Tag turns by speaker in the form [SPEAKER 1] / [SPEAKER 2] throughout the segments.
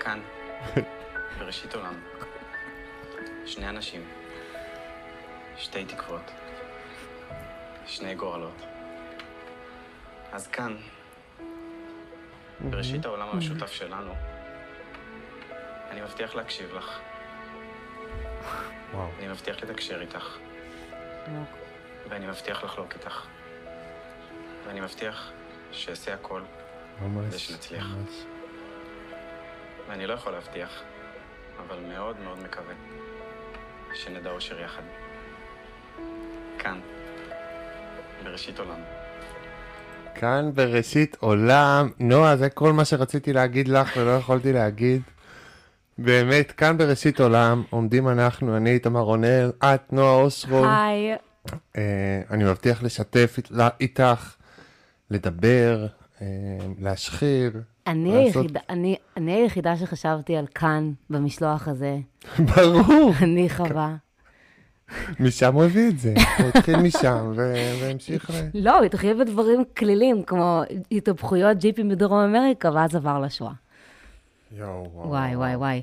[SPEAKER 1] כאן, בראשית עולם. שני אנשים, שתי תקוות, שני גורלות. אז כאן, בראשית העולם המשותף שלנו, אני מבטיח להקשיב לך.
[SPEAKER 2] וואו.
[SPEAKER 1] אני מבטיח לתקשר איתך. ואני מבטיח לחלוק איתך. ואני מבטיח שאעשה הכל כדי שנצליח. ואני לא יכול להבטיח, אבל מאוד מאוד מקווה שנדע אושר יחד. כאן, בראשית עולם.
[SPEAKER 2] כאן בראשית עולם. נועה, זה כל מה שרציתי להגיד לך ולא יכולתי להגיד. באמת, כאן בראשית עולם עומדים אנחנו, אני איתמר רונן, את נועה אושרוב.
[SPEAKER 3] היי.
[SPEAKER 2] אני מבטיח לשתף איתך, לדבר, להשחיר.
[SPEAKER 3] אני היחידה שחשבתי על כאן במשלוח הזה.
[SPEAKER 2] ברור.
[SPEAKER 3] אני חווה.
[SPEAKER 2] משם הוא הביא את זה. הוא התחיל משם והמשיך.
[SPEAKER 3] לא, הוא התחיל בדברים כלילים, כמו התהפכויות ג'יפים בדרום אמריקה, ואז עבר לשואה.
[SPEAKER 2] יואו,
[SPEAKER 3] וואי, וואי, וואי.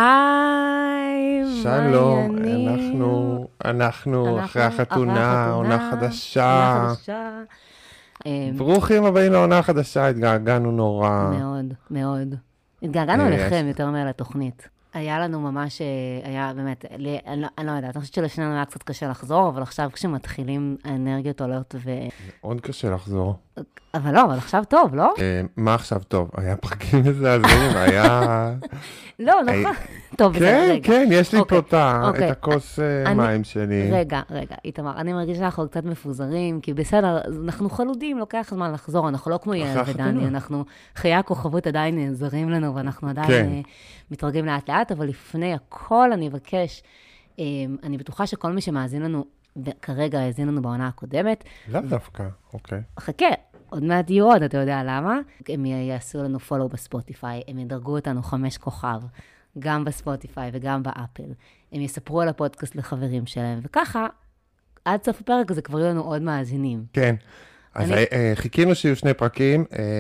[SPEAKER 3] היי,
[SPEAKER 2] שלום, אנחנו אחרי החתונה, עונה חדשה. ברוכים הבאים לעונה חדשה, התגעגענו נורא.
[SPEAKER 3] מאוד, מאוד. התגעגענו אליכם יותר לתוכנית. היה לנו ממש, היה באמת, אני לא יודעת, אני חושבת שלשנינו היה קצת קשה לחזור, אבל עכשיו כשמתחילים האנרגיות עולות
[SPEAKER 2] מאוד קשה לחזור.
[SPEAKER 3] אבל לא, אבל עכשיו טוב, לא?
[SPEAKER 2] מה עכשיו טוב? היה פרקים מזעזעים, היה...
[SPEAKER 3] לא, נכון. טוב,
[SPEAKER 2] כן, כן, יש לי פה את הכוס מים שלי.
[SPEAKER 3] רגע, איתמר, אני מרגישה שאנחנו קצת מפוזרים, כי בסדר, אנחנו חלודים, לוקח זמן לחזור, אנחנו לא כמו יעל ודני, אנחנו חיי הכוכבות עדיין נעזרים לנו, ואנחנו עדיין מתרגלים לאט לאט, אבל לפני הכל אני אבקש, אני בטוחה שכל מי שמאזין לנו, כרגע האזין לנו בעונה הקודמת.
[SPEAKER 2] לאו דווקא, אוקיי.
[SPEAKER 3] חכה. עוד מעט יהיו עוד, אתה יודע למה? הם יעשו לנו פולו בספוטיפיי, הם ידרגו אותנו 5 כוכב, גם בספוטיפיי וגם באפל. הם יספרו על הפודקאסט לחברים שלהם, וככה, עד סוף הפרק הזה כבר יהיו לנו עוד מאזינים.
[SPEAKER 2] כן, אז חיכינו שיהיו 2 פרקים,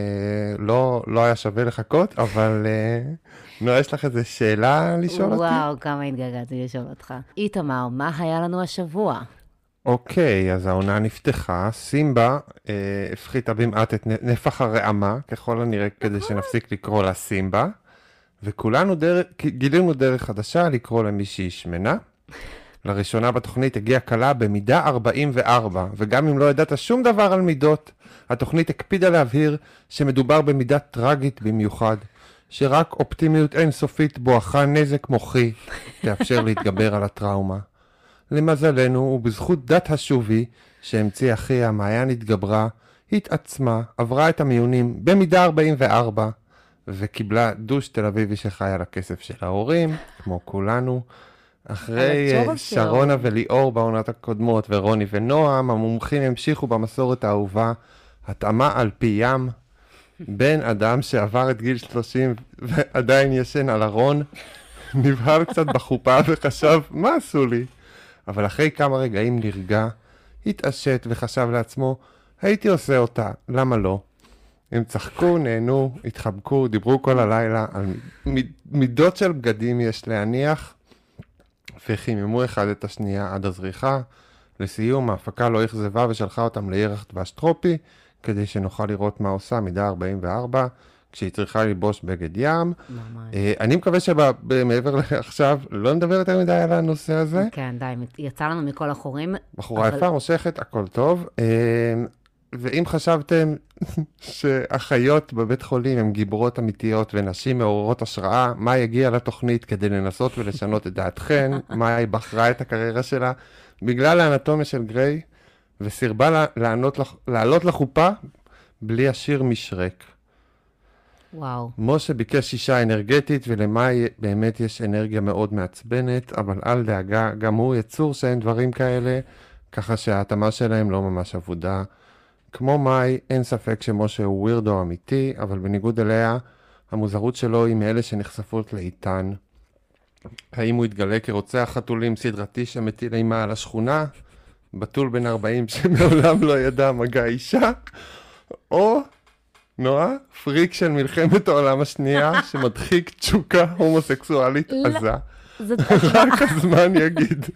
[SPEAKER 2] לא היה שווה לחכות, אבל נועה, יש לך איזו שאלה לשאול אותי?
[SPEAKER 3] וואו, כמה התגעגעתי לשאול אותך. איתמר, מה היה לנו השבוע?
[SPEAKER 2] אוקיי, אז העונה נפתחה, סימבה הפחיתה במעט את נפח הרעמה, ככל הנראה כדי שנפסיק לקרוא לה סימבה, וכולנו גילינו דרך חדשה לקרוא למישהי שמנה. לראשונה בתוכנית הגיעה קלה במידה 44, וגם אם לא ידעת שום דבר על מידות, התוכנית הקפידה להבהיר שמדובר במידה טרגית במיוחד, שרק אופטימיות אינסופית בואכה נזק מוחי תאפשר להתגבר על הטראומה. למזלנו, ובזכות דת השובי, שהמציא אחיה, מעיין התגברה, התעצמה, עברה את המיונים במידה 44, וקיבלה דוש תל אביבי שחי על הכסף של ההורים, כמו כולנו. אחרי שרונה וליאור בעונות הקודמות, ורוני ונועם, המומחים המשיכו במסורת האהובה, התאמה על פי ים, בן אדם שעבר את גיל 30 ועדיין ישן על ארון, נבהל קצת בחופה וחשב, מה עשו לי? אבל אחרי כמה רגעים נרגע, התעשת וחשב לעצמו, הייתי עושה אותה, למה לא? הם צחקו, נהנו, התחבקו, דיברו כל הלילה על מידות של בגדים יש להניח, וחיממו אחד את השנייה עד הזריחה. לסיום, ההפקה לא אכזבה ושלחה אותם לירח דבש טרופי, כדי שנוכל לראות מה עושה מידה 44, כשהיא צריכה ללבוש בגד ים. אני מקווה שמעבר לעכשיו לא נדבר יותר מדי על הנושא הזה.
[SPEAKER 3] כן, די, יצא לנו מכל החורים.
[SPEAKER 2] בחורה יפה, מושכת, הכל טוב. ואם חשבתם שאחיות בבית חולים הן גיבורות אמיתיות ונשים מעוררות השראה, מה יגיע לתוכנית כדי לנסות ולשנות את דעתכן, מה היא בחרה את הקריירה שלה, בגלל האנטומיה של גריי, וסירבה לעלות לחופה בלי השיר משרק.
[SPEAKER 3] וואו.
[SPEAKER 2] משה ביקש אישה אנרגטית, ולמאי באמת יש אנרגיה מאוד מעצבנת, אבל אל דאגה, גם הוא יצור שאין דברים כאלה, ככה שההתאמה שלהם לא ממש עבודה. כמו מאי, אין ספק שמשה הוא ווירדו אמיתי, אבל בניגוד אליה, המוזרות שלו היא מאלה שנחשפות לאיתן. האם הוא יתגלה כרוצח חתולים סדרתי שמטיל אימה על השכונה? בתול בן 40 שמעולם לא ידע מגע אישה? או נועה, פריק של מלחמת העולם השנייה, שמדחיק תשוקה הומוסקסואלית עזה. רק הזמן יגיד.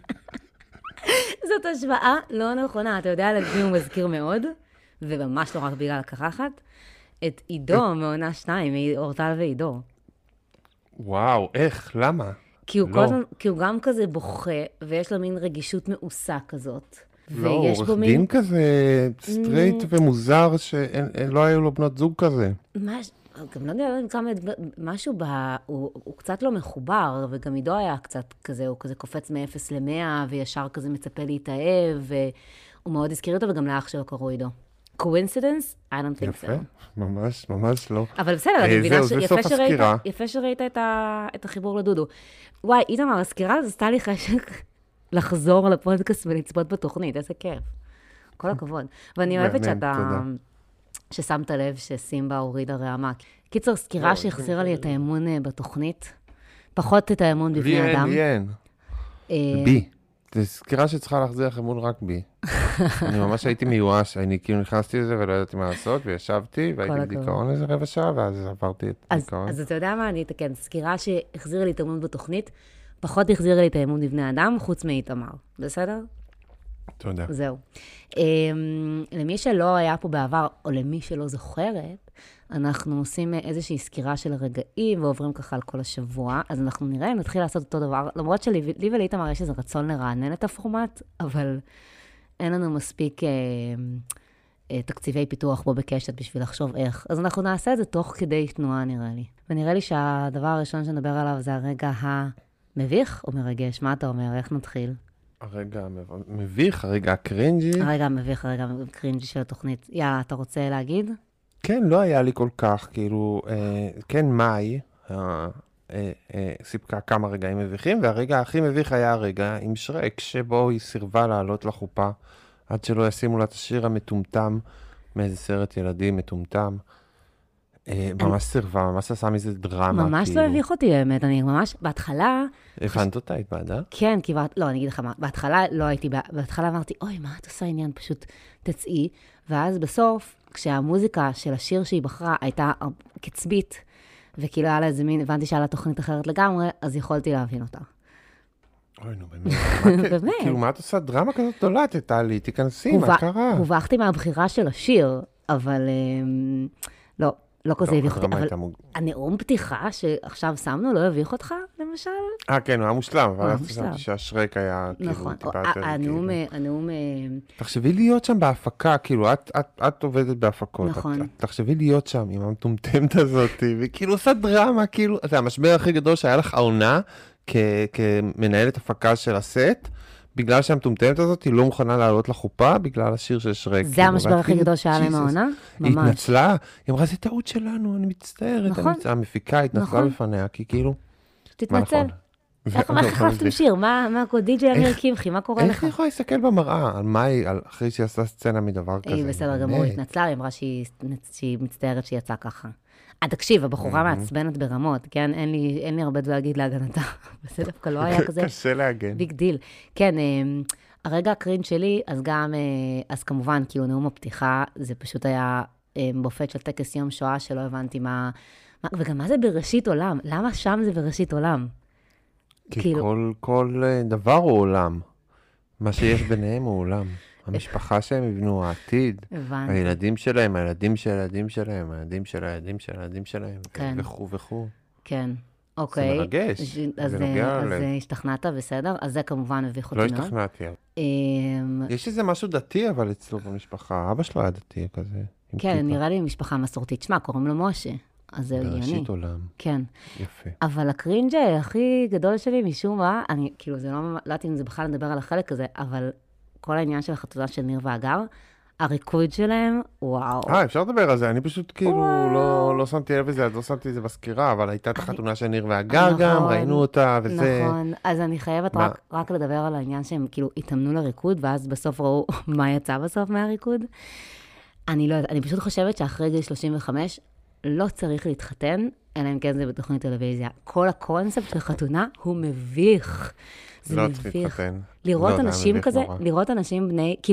[SPEAKER 3] זאת השוואה לא נכונה. אתה יודע למי הוא מזכיר מאוד, וממש לא רק בגלל הקרחת, את עידו מעונה 2, אורטל ועידו.
[SPEAKER 2] וואו, איך? למה?
[SPEAKER 3] כי הוא גם כזה בוכה, ויש לו מין רגישות מעושה כזאת.
[SPEAKER 2] לא, עורך דין כזה סטרייט ומוזר, שלא היו לו בנות זוג כזה.
[SPEAKER 3] גם לא יודע, משהו הוא קצת לא מחובר, וגם עידו היה קצת כזה, הוא כזה קופץ מ-0 ל-100, וישר כזה מצפה להתאהב, והוא מאוד הזכיר אותו, וגם לאח שלו קראו עידו. coincidence? I don't think so.
[SPEAKER 2] יפה, ממש לא.
[SPEAKER 3] אבל בסדר, אני מבינה שיפה שראית את החיבור לדודו. וואי, איתמר, הסקירה הזו עשתה לי חשק לחזור לפודקאסט ולצפות בתוכנית, איזה כיף. כל הכבוד. ואני אוהבת ששמת לב שסימבה הורידה רעמה. קיצור, סקירה שהחזירה לי את האמון בתוכנית, פחות את האמון בבני אדם.
[SPEAKER 2] בי. זו סקירה שצריכה להחזיר לך אמון רק בי. אני ממש הייתי מיואש, אני כאילו נכנסתי לזה ולא ידעתי מה לעשות, וישבתי, והייתי בדיכאון איזה רבע שעה, ואז עברתי את הדיכאון.
[SPEAKER 3] אז אתה יודע מה, אני אתקן, סקירה שהחזירה לי את האמון בתוכנית, פחות החזירה לי את האמון בבני אדם, חוץ מאיתמר. בסדר?
[SPEAKER 2] תודה.
[SPEAKER 3] זהו. למי שלא היה פה בעבר, או למי שלא זוכרת, אנחנו עושים איזושהי סקירה של הרגעים, ועוברים ככה על כל השבוע, אז אנחנו נראה, נתחיל לעשות אותו דבר, למרות שלי ולאיתמר יש איזה רצון לרענן את הפורמט, אבל אין לנו מספיק תקציבי פיתוח בו בקשת בשביל לחשוב איך. אז אנחנו נעשה את זה תוך כדי תנועה, נראה לי. ונראה לי שהדבר הראשון שנדבר עליו זה הרגע המביך או מרגש. מה אתה אומר? איך נתחיל?
[SPEAKER 2] הרגע המביך, הרגע הקרינג'י.
[SPEAKER 3] הרגע המביך, הרגע הקרינג'י של התוכנית. יאללה, אתה רוצה להגיד?
[SPEAKER 2] כן, לא היה לי כל כך, כאילו, כן, מאי, סיפקה כמה רגעים מביכים, והרגע הכי מביך היה הרגע עם שרק, שבו היא סירבה לעלות לחופה, עד שלא ישימו לה את השיר המטומטם, מאיזה סרט ילדים מטומטם. ממש סירבה, ממש עשה מזה דרמה.
[SPEAKER 3] ממש לא הביך אותי, האמת, אני ממש, בהתחלה...
[SPEAKER 2] הבנת אותה, היית בעדה?
[SPEAKER 3] כן, כי, לא, אני אגיד לך מה, בהתחלה לא הייתי, בהתחלה אמרתי, אוי, מה את עושה עניין? פשוט תצאי, ואז בסוף, כשהמוזיקה של השיר שהיא בחרה הייתה קצבית, וכאילו היה לה איזה מין, הבנתי שהיה לה תוכנית אחרת לגמרי, אז יכולתי להבין אותה.
[SPEAKER 2] אוי, נו, באמת. באמת. כאילו, מה את עושה דרמה כזאת גדולה? תתעלי, תיכנסי, מה קרה?
[SPEAKER 3] הובכתי מהבחירה של השיר, אבל לא כזה הביך אותי. אבל הנאום פתיחה שעכשיו שמנו, לא הביך אותך, למשל?
[SPEAKER 2] כן, הוא היה מושלם, אבל אז חשבתי שהשרק היה כאילו טיפה יותר...
[SPEAKER 3] הנאום...
[SPEAKER 2] תחשבי להיות שם בהפקה, כאילו, את עובדת בהפקות.
[SPEAKER 3] נכון.
[SPEAKER 2] תחשבי להיות שם עם המטומטמת הזאת, וכאילו עושה דרמה, כאילו... זה המשבר הכי גדול שהיה לך העונה, כמנהלת הפקה של הסט, בגלל שהמטומטמת הזאת היא לא מוכנה לעלות לחופה, בגלל השיר של שרק.
[SPEAKER 3] זה המשבר הכי גדול שהיה להם העונה?
[SPEAKER 2] היא התנצלה, היא אמרה, זה טעות שלנו, אני מצטערת. המפיקה התנצלה בפניה, כי כאילו...
[SPEAKER 3] תתנצל. איך החלפתם שיר? מה די.ג'יי אמיר קמחי? מה קורה לך?
[SPEAKER 2] איך היא יכולה להסתכל במראה? על מה היא, אחרי שהיא עשתה סצנה מדבר כזה?
[SPEAKER 3] היא בסדר גמור, היא התנצלה, היא אמרה שהיא מצטערת שהיא יצאה ככה. תקשיב, הבחורה מעצבנת ברמות, כן? אין לי הרבה להגיד להגנתה. זה דווקא לא היה כזה...
[SPEAKER 2] קשה להגן.
[SPEAKER 3] ביג דיל. כן, הרגע הקרינג' שלי, אז כמובן, כאילו נאום הפתיחה, זה פשוט היה מופת של טקס יום שואה, שלא הבנתי מה... וגם מה זה בראשית עולם? למה שם זה בראשית עולם?
[SPEAKER 2] כי כל דבר הוא עולם. מה שיש ביניהם הוא עולם. המשפחה שהם יבנו, העתיד, הילדים שלהם, הילדים של הילדים שלהם, הילדים של הילדים של הילדים שלהם, וכו'.
[SPEAKER 3] כן, אוקיי.
[SPEAKER 2] זה מרגש, זה נוגע ללב.
[SPEAKER 3] אז השתכנעת בסדר? אז זה כמובן הביך אותי מאוד.
[SPEAKER 2] לא השתכנעתי. יש איזה משהו דתי, אבל אצלו במשפחה, אבא שלו היה דתי כזה.
[SPEAKER 3] כן, נראה לי משפחה מסורתית. שמע, קוראים לו משה. אז זה ענייני.
[SPEAKER 2] בראשית עולם.
[SPEAKER 3] כן.
[SPEAKER 2] יפה.
[SPEAKER 3] אבל הקרינג' הכי גדול שלי משום מה, אני, כאילו, זה לא יודעת אם זה בכלל לדבר על החלק הזה, אבל כל העניין של החתונה של ניר והגר, הריקוד שלהם, וואו.
[SPEAKER 2] אפשר לדבר על זה, אני פשוט כאילו לא שמתי לב לזה, אז לא שמתי את זה בסקירה, אבל הייתה את החתונה של ניר והגר גם, ראינו אותה וזה.
[SPEAKER 3] נכון, אז אני חייבת רק לדבר על העניין שהם כאילו התאמנו לריקוד, ואז בסוף ראו מה יצא בסוף מהריקוד. אני לא יודעת, אני פשוט חושבת שאחרי גיל 35, לא צריך להתחתן, אלא אם כן זה בתוכנית טלוויזיה. כל הקונספט של חתונה הוא מביך.
[SPEAKER 2] לא צריך להתחתן.
[SPEAKER 3] לראות אנשים כזה, לראות אנשים בני, כאילו,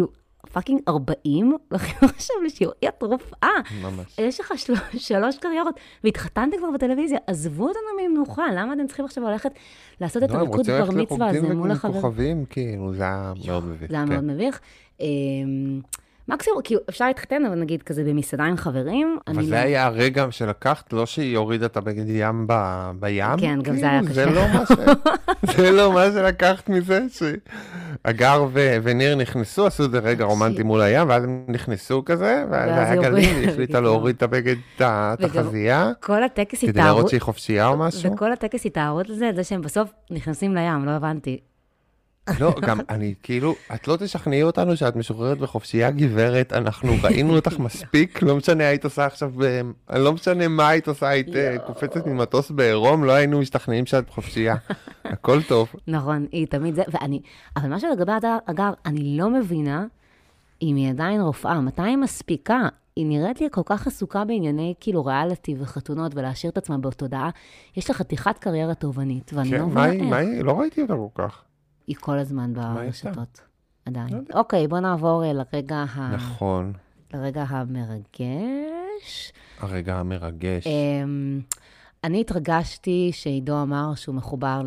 [SPEAKER 3] פאקינג 40, לוקחים עכשיו לשיעור, את רופאה.
[SPEAKER 2] ממש.
[SPEAKER 3] יש לך 3 קריירות, והתחתנתם כבר בטלוויזיה, עזבו אותנו ממנוחה, למה אתם צריכים עכשיו ללכת לעשות את הריקוד בר מצווה הזה מול החברים?
[SPEAKER 2] כוכבים, כאילו, זה היה מאוד מביך.
[SPEAKER 3] זה היה מאוד מביך. מקסימום, כאילו, אפשר להתחתן, אבל נגיד כזה במסעדה עם חברים.
[SPEAKER 2] אבל זה היה הרגע שלקחת, לא שהיא הורידה את הבגד ים בים.
[SPEAKER 3] כן, גם זה היה קשה.
[SPEAKER 2] זה לא מה שלקחת מזה, שאגר וניר נכנסו, עשו את זה רגע רומנטי מול הים, ואז הם נכנסו כזה, ואז היה גלים, היא החליטה להוריד את הבגד, את החזייה, כדי להראות שהיא חופשייה או משהו.
[SPEAKER 3] וכל הטקס התארות לזה, זה שהם בסוף נכנסים לים, לא הבנתי.
[SPEAKER 2] לא, גם אני, כאילו, את לא תשכנעי אותנו שאת משוחררת בחופשייה גברת, אנחנו ראינו אותך מספיק, לא משנה, היית עושה עכשיו, לא משנה מה היית עושה, היית קופצת ממטוס בעירום, לא היינו משתכנעים שאת בחופשייה. הכל טוב.
[SPEAKER 3] נכון, היא תמיד זה, אבל משהו לגבי אגר, אני לא מבינה אם היא עדיין רופאה, מתי היא מספיקה? היא נראית לי כל כך עסוקה בענייני כאילו ריאליטי וחתונות, ולהשאיר את עצמה בתודעה. יש לה חתיכת קריירה תובענית, ואני לא מבינה איך.
[SPEAKER 2] מה היא? לא ראיתי אותה כל כך.
[SPEAKER 3] היא כל הזמן ברשתות. עדיין. אוקיי, בוא נעבור לרגע
[SPEAKER 2] נכון.
[SPEAKER 3] לרגע המרגש.
[SPEAKER 2] הרגע המרגש.
[SPEAKER 3] אני התרגשתי שעידו אמר שהוא מחובר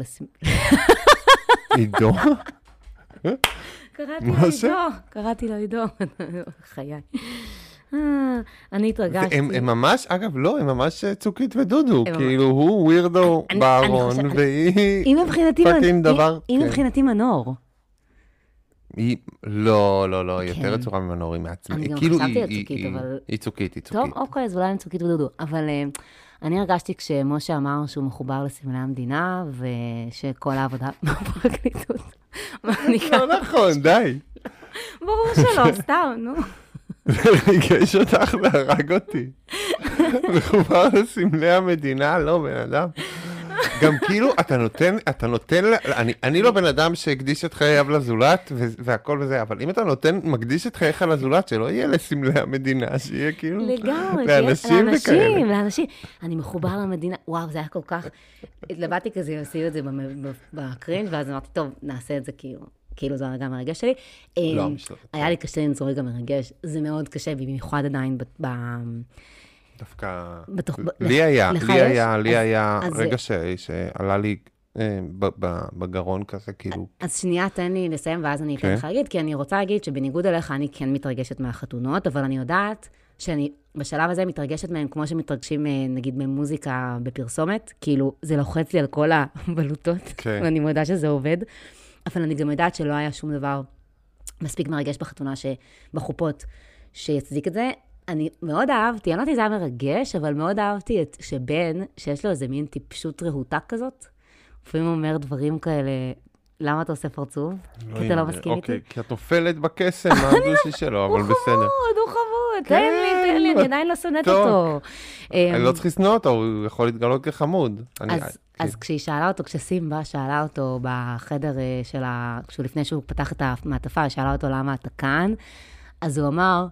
[SPEAKER 2] עידו?
[SPEAKER 3] קראתי לו עידו. חיי. אני התרגשתי.
[SPEAKER 2] הם ממש, אגב, לא, הם ממש צוקית ודודו. כאילו, הוא ווירדו בארון, והיא פאקינג דבר.
[SPEAKER 3] היא מבחינתי מנור.
[SPEAKER 2] לא, היא יותר צורה ממנור, היא מעצמי.
[SPEAKER 3] אני גם חשבתי על צוקית, אבל...
[SPEAKER 2] היא צוקית.
[SPEAKER 3] טוב, אוקיי, אז אולי הם צוקית ודודו. אבל אני הרגשתי כשמשה אמר שהוא מחובר לסמלי המדינה, ושכל העבודה בפרקליטות.
[SPEAKER 2] לא נכון, די.
[SPEAKER 3] ברור שלא, סתם, נו.
[SPEAKER 2] זה ריגש אותך להרג אותי. מחובר לסמלי המדינה, לא, בן אדם. גם כאילו, אתה נותן, אני לא בן אדם שהקדיש את חייו לזולת, והכל וזה, אבל אם אתה מקדיש את חייך לזולת, שלא יהיה לסמלי המדינה, שיהיה כאילו,
[SPEAKER 3] לגמרי,
[SPEAKER 2] לאנשים וכאלה.
[SPEAKER 3] לאנשים. אני מחובר למדינה, וואו, זה היה כל כך, התלבטתי כזה, עשיתי את זה בקרינג', ואז אמרתי, טוב, נעשה את זה כאילו זה הרגע המרגש שלי.
[SPEAKER 2] לא,
[SPEAKER 3] היה לי קשה למצוא רגע מרגש, זה מאוד קשה, במיוחד עדיין
[SPEAKER 2] דווקא, לי היה רגע שעלה לי בגרון כזה, כאילו.
[SPEAKER 3] אז שנייה, תן לי לסיים, ואז אני אתן לך להגיד, כי אני רוצה להגיד שבניגוד אליך, אני כן מתרגשת מהחתונות, אבל אני יודעת שאני בשלב הזה מתרגשת מהם, כמו שמתרגשים, נגיד, ממוזיקה בפרסומת, כאילו, זה לוחץ לי על כל הבלוטות, ואני מודה שזה עובד, אבל אני גם יודעת שלא היה שום דבר מספיק מרגש בחתונה בחופות שיצדיק את זה. אני מאוד אהבתי, אני לא יודעת אם זה היה מרגש, אבל מאוד אהבתי שבן, שיש לו איזה מין טיפשות רהוטה כזאת, לפעמים הוא אומר דברים כאלה, למה אתה עושה פרצוף? כי אתה לא מסכים איתי?
[SPEAKER 2] אוקיי, כי את נופלת בקסם, מה הדושי שלו, אבל בסדר.
[SPEAKER 3] הוא חמוד, תן לי, אני עדיין לא שונאת אותו.
[SPEAKER 2] אני לא צריך לשנוא אותו, הוא יכול להתגלות כחמוד.
[SPEAKER 3] אז כשהיא שאלה אותו, כשסימבה שאלה אותו בחדר שלה, לפני שהוא פתח את המעטפה, שאלה אותו למה אתה כאן, אז הוא אמר,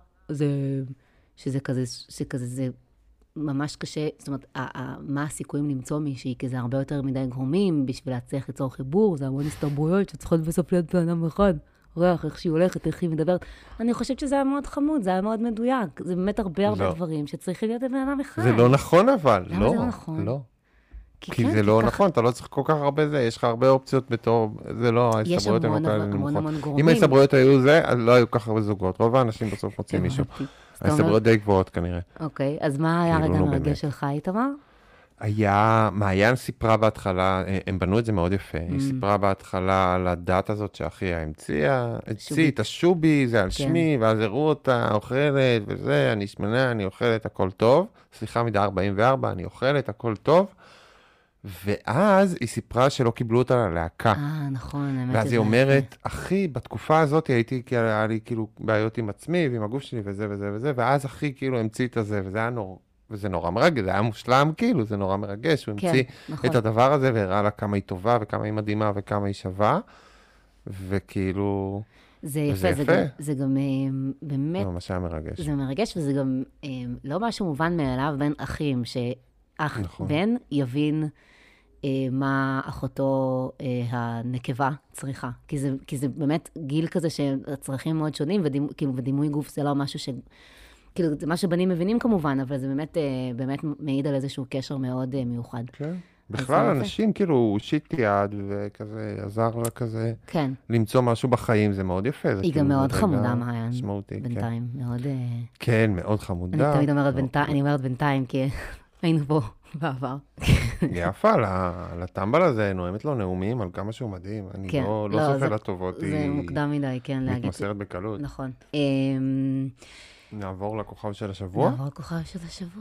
[SPEAKER 3] שזה כזה, זה ממש קשה, זאת אומרת, מה הסיכויים למצוא מישהי, כי זה הרבה יותר מדי גורמים, בשביל להצליח ליצור חיבור, זה המון הסתברויות שצריכות בסוף להיות בן אדם אחד, ריח, איך שהיא הולכת, איך היא מדברת. אני חושבת שזה היה מאוד חמוד, זה היה מאוד מדויק, זה באמת הרבה דברים שצריכים להיות בן אדם אחד.
[SPEAKER 2] זה לא נכון אבל, לא.
[SPEAKER 3] למה זה לא נכון?
[SPEAKER 2] לא. כי זה לא נכון, אתה לא צריך כל כך הרבה זה, יש לך הרבה אופציות בתור, זה לא, ההסתברויות הן לא כאלה נמוכות. אם ההסתברויות היו זה, לא היו כך הרבה זוגות, רוב האנשים בסוף מוצאים מישהו. ההסתברויות די גבוהות כנראה.
[SPEAKER 3] אוקיי, אז מה היה רגע מרגש שלך, איתמר?
[SPEAKER 2] מעיין סיפרה בהתחלה, הם בנו את זה מאוד יפה, היא סיפרה בהתחלה על הדת הזאת שהאחיה המציאה את השובי, זה על שמי, ואז הראו אותה, אוכלת וזה, אני שמנה, אני אוכלת, הכל טוב, סליחה, מידה 44, אני אוכלת, הכל טוב, ואז היא סיפרה שלא קיבלו אותה ללהקה.
[SPEAKER 3] נכון.
[SPEAKER 2] ואז היא אומרת, אחי, בתקופה הזאת הייתי, היה לי כאילו בעיות עם עצמי ועם הגוף שלי וזה וזה וזה, ואז אחי כאילו המציא את הזה, וזה היה וזה נורא מרגש, זה היה מושלם כאילו, זה נורא מרגש, הוא המציא את הדבר הזה והראה לה כמה היא טובה וכמה היא מדהימה וכמה היא שווה, וכאילו...
[SPEAKER 3] זה יפה, זה גם באמת...
[SPEAKER 2] זה ממש היה מרגש.
[SPEAKER 3] זה מרגש, וזה גם לא משהו מובן מאליו בין אחים, שאח בן יבין מה אחותו הנקבה צריכה. כי זה באמת גיל כזה שהצרכים מאוד שונים, ודימוי גוף זה לא משהו כאילו, זה מה שבנים מבינים כמובן, אבל זה באמת מעיד על איזשהו קשר מאוד מיוחד.
[SPEAKER 2] כן. בכלל, אנשים כאילו, הוא שיט יד וכזה, עזר לה כזה,
[SPEAKER 3] כן.
[SPEAKER 2] למצוא משהו בחיים, זה מאוד יפה.
[SPEAKER 3] היא גם מאוד חמודה, מעיין.
[SPEAKER 2] משמעותי,
[SPEAKER 3] בינתיים, מאוד...
[SPEAKER 2] כן, מאוד חמודה.
[SPEAKER 3] אני תמיד אומרת בינתיים, כי היינו פה בעבר.
[SPEAKER 2] יפה, לטמבל הזה נואמת לו נאומים על כמה שהוא מדהים. אני לא סופר לטובות.
[SPEAKER 3] זה מוקדם מדי, כן, להגיד.
[SPEAKER 2] מתמסרת בקלות.
[SPEAKER 3] נכון.
[SPEAKER 2] נעבור לכוכב של השבוע?
[SPEAKER 3] נעבור לכוכב של השבוע.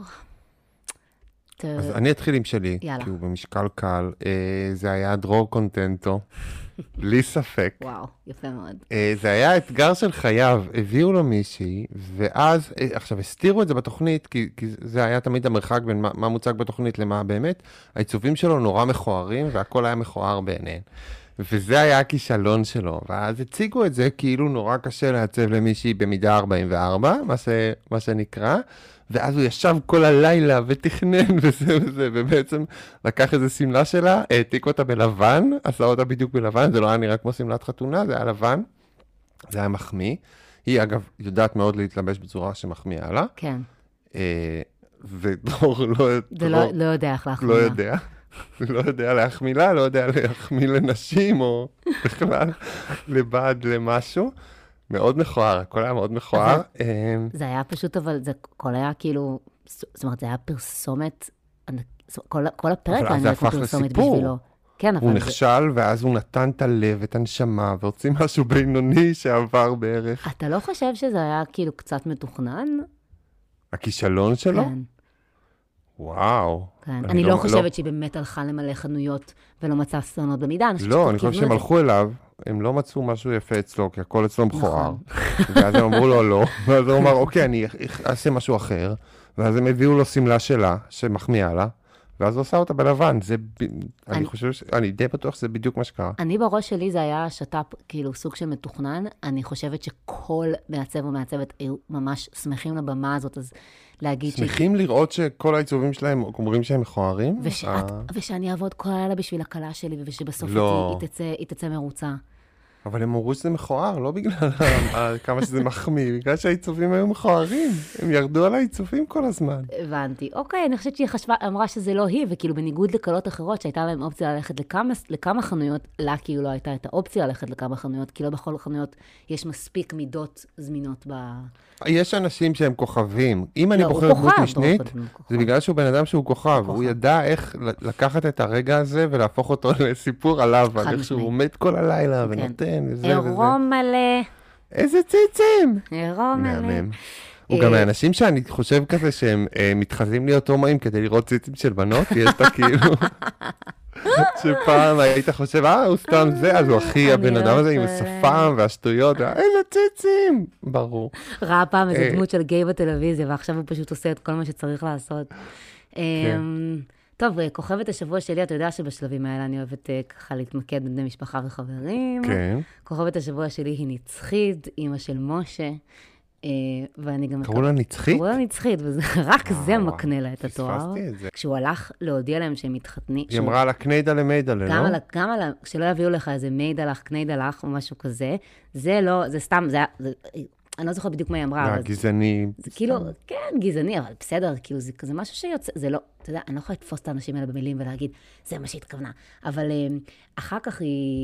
[SPEAKER 2] אז אני אתחיל עם שלי, כי הוא במשקל קל. זה היה דרור קונטנטו, בלי ספק.
[SPEAKER 3] וואו, יפה מאוד.
[SPEAKER 2] זה היה אתגר של חייו, הביאו לו מישהי, ואז, עכשיו, הסתירו את זה בתוכנית, כי זה היה תמיד המרחק בין מה מוצג בתוכנית למה באמת. העיצובים שלו נורא מכוערים, והכל היה מכוער בעיניהם. וזה היה הכישלון שלו, ואז הציגו את זה כאילו נורא קשה לעצב למישהי במידה 44, מה שנקרא, ואז הוא ישב כל הלילה ותכנן וזה, ובעצם לקח איזו סמלה שלה, העתיק אותה בלבן, עשה אותה בדיוק בלבן, זה לא היה נראה כמו סמלת חתונה, זה היה לבן, זה היה מחמיא. היא אגב יודעת מאוד להתלבש בצורה שמחמיאה לה.
[SPEAKER 3] כן.
[SPEAKER 2] ודרור
[SPEAKER 3] לא יודע איך להחמיא.
[SPEAKER 2] לא יודע. לא יודע להחמיא לה, לא יודע להחמיא לנשים, או בכלל לבד למשהו. מאוד מכוער, הכל היה מאוד מכוער.
[SPEAKER 3] זה היה פשוט, אבל זה הכל היה כאילו, זאת אומרת, זה היה פרסומת, כל הפרק היה נראית פרסומת בשבילו. כן, אבל...
[SPEAKER 2] הוא נכשל, ואז הוא נתן את הלב, את הנשמה, והוציא משהו בינוני שעבר בערך.
[SPEAKER 3] אתה לא חושב שזה היה כאילו קצת מתוכנן?
[SPEAKER 2] הכישלון שלו?
[SPEAKER 3] כן.
[SPEAKER 2] וואו.
[SPEAKER 3] כן. אני לא חושבת שהיא באמת הלכה למלא חנויות ולא מצאה סטרנות במידה.
[SPEAKER 2] לא, אני חושב שהם הלכו אליו, הם לא מצאו משהו יפה אצלו, כי הכל אצלו מכוער. ואז הם אמרו לו לא, ואז הוא אמר, אוקיי, אני אעשה משהו אחר, ואז הם הביאו לו סמלה שלה, שמחמיאה לה, ואז הוא עושה אותה בלבן. אני די בטוח שזה בדיוק מה שקרה.
[SPEAKER 3] אני בראש שלי זה היה שטאפ, כאילו סוג של מתוכנן. אני חושבת שכל מעצב ומעצבת היו ממש שמחים לבמה הזאת, אז להגיד
[SPEAKER 2] שמחים לראות שכל העיצובים שלהם אומרים שהם מכוערים?
[SPEAKER 3] ושאני אעבוד כל הלילה בשביל הקלה שלי, ושבסוף היא תצא מרוצה.
[SPEAKER 2] אבל הם אמרו שזה מכוער, לא בגלל כמה שזה מחמיא, בגלל שהעיצובים היו מכוערים. הם ירדו על העיצובים כל הזמן.
[SPEAKER 3] הבנתי. אוקיי, אני חושבת שהיא אמרה שזה לא היא, וכאילו בניגוד לקלות אחרות, שהייתה להם אופציה ללכת לכמה חנויות, לה כאילו לא הייתה את האופציה ללכת לכמה חנויות, כי לא בכל חנויות יש מספיק מידות זמינות
[SPEAKER 2] יש אנשים שהם כוכבים. אם אני בוחר דמות משנית, זה בגלל שהוא בן אדם שהוא כוכב. הוא ידע איך לקחת את הרגע הזה ולהפוך אותו לסיפור עליו, על איך שהוא עומד כל הלילה ונותן וזה וזה.
[SPEAKER 3] עירום מלא.
[SPEAKER 2] איזה ציצים.
[SPEAKER 3] עירום מלא.
[SPEAKER 2] הוא גם האנשים שאני חושב כזה שהם מתחזים להיות הומואים כדי לראות ציצים של בנות, יש את כאילו... שפעם היית חושב, הוא סתם זה, אז הוא הכי הבן אדם הזה עם השפם והשטויות, איזה ציצים, ברור.
[SPEAKER 3] ראה פעם איזו דמות של גיי בטלוויזיה, ועכשיו הוא פשוט עושה את כל מה שצריך לעשות. טוב, כוכבת השבוע שלי, אתה יודע שבשלבים האלה אני אוהבת ככה להתמקד בבני משפחה וחברים.
[SPEAKER 2] כן.
[SPEAKER 3] כוכבת השבוע שלי היא נצחית, אמא של משה. ואני גם...
[SPEAKER 2] קראו לה נצחית?
[SPEAKER 3] קראו לה נצחית, ורק זה מקנה לה את התואר.
[SPEAKER 2] פספסתי את זה.
[SPEAKER 3] כשהוא הלך להודיע להם שהם מתחתנים...
[SPEAKER 2] היא אמרה על הקניידה למיידה, לא?
[SPEAKER 3] גם על... כשלא יביאו לך איזה מיידה לך, קניידה לך, או משהו כזה, זה לא, זה סתם, זה... אני לא זוכרת בדיוק מה היא אמרה.
[SPEAKER 2] גזעני.
[SPEAKER 3] זה כאילו, כן, גזעני, אבל בסדר, כאילו, זה כזה משהו שיוצא, זה לא, אתה יודע, אני לא יכולה לתפוס את האנשים האלה במילים ולהגיד, זה מה שהתכוונה. אבל אחר כך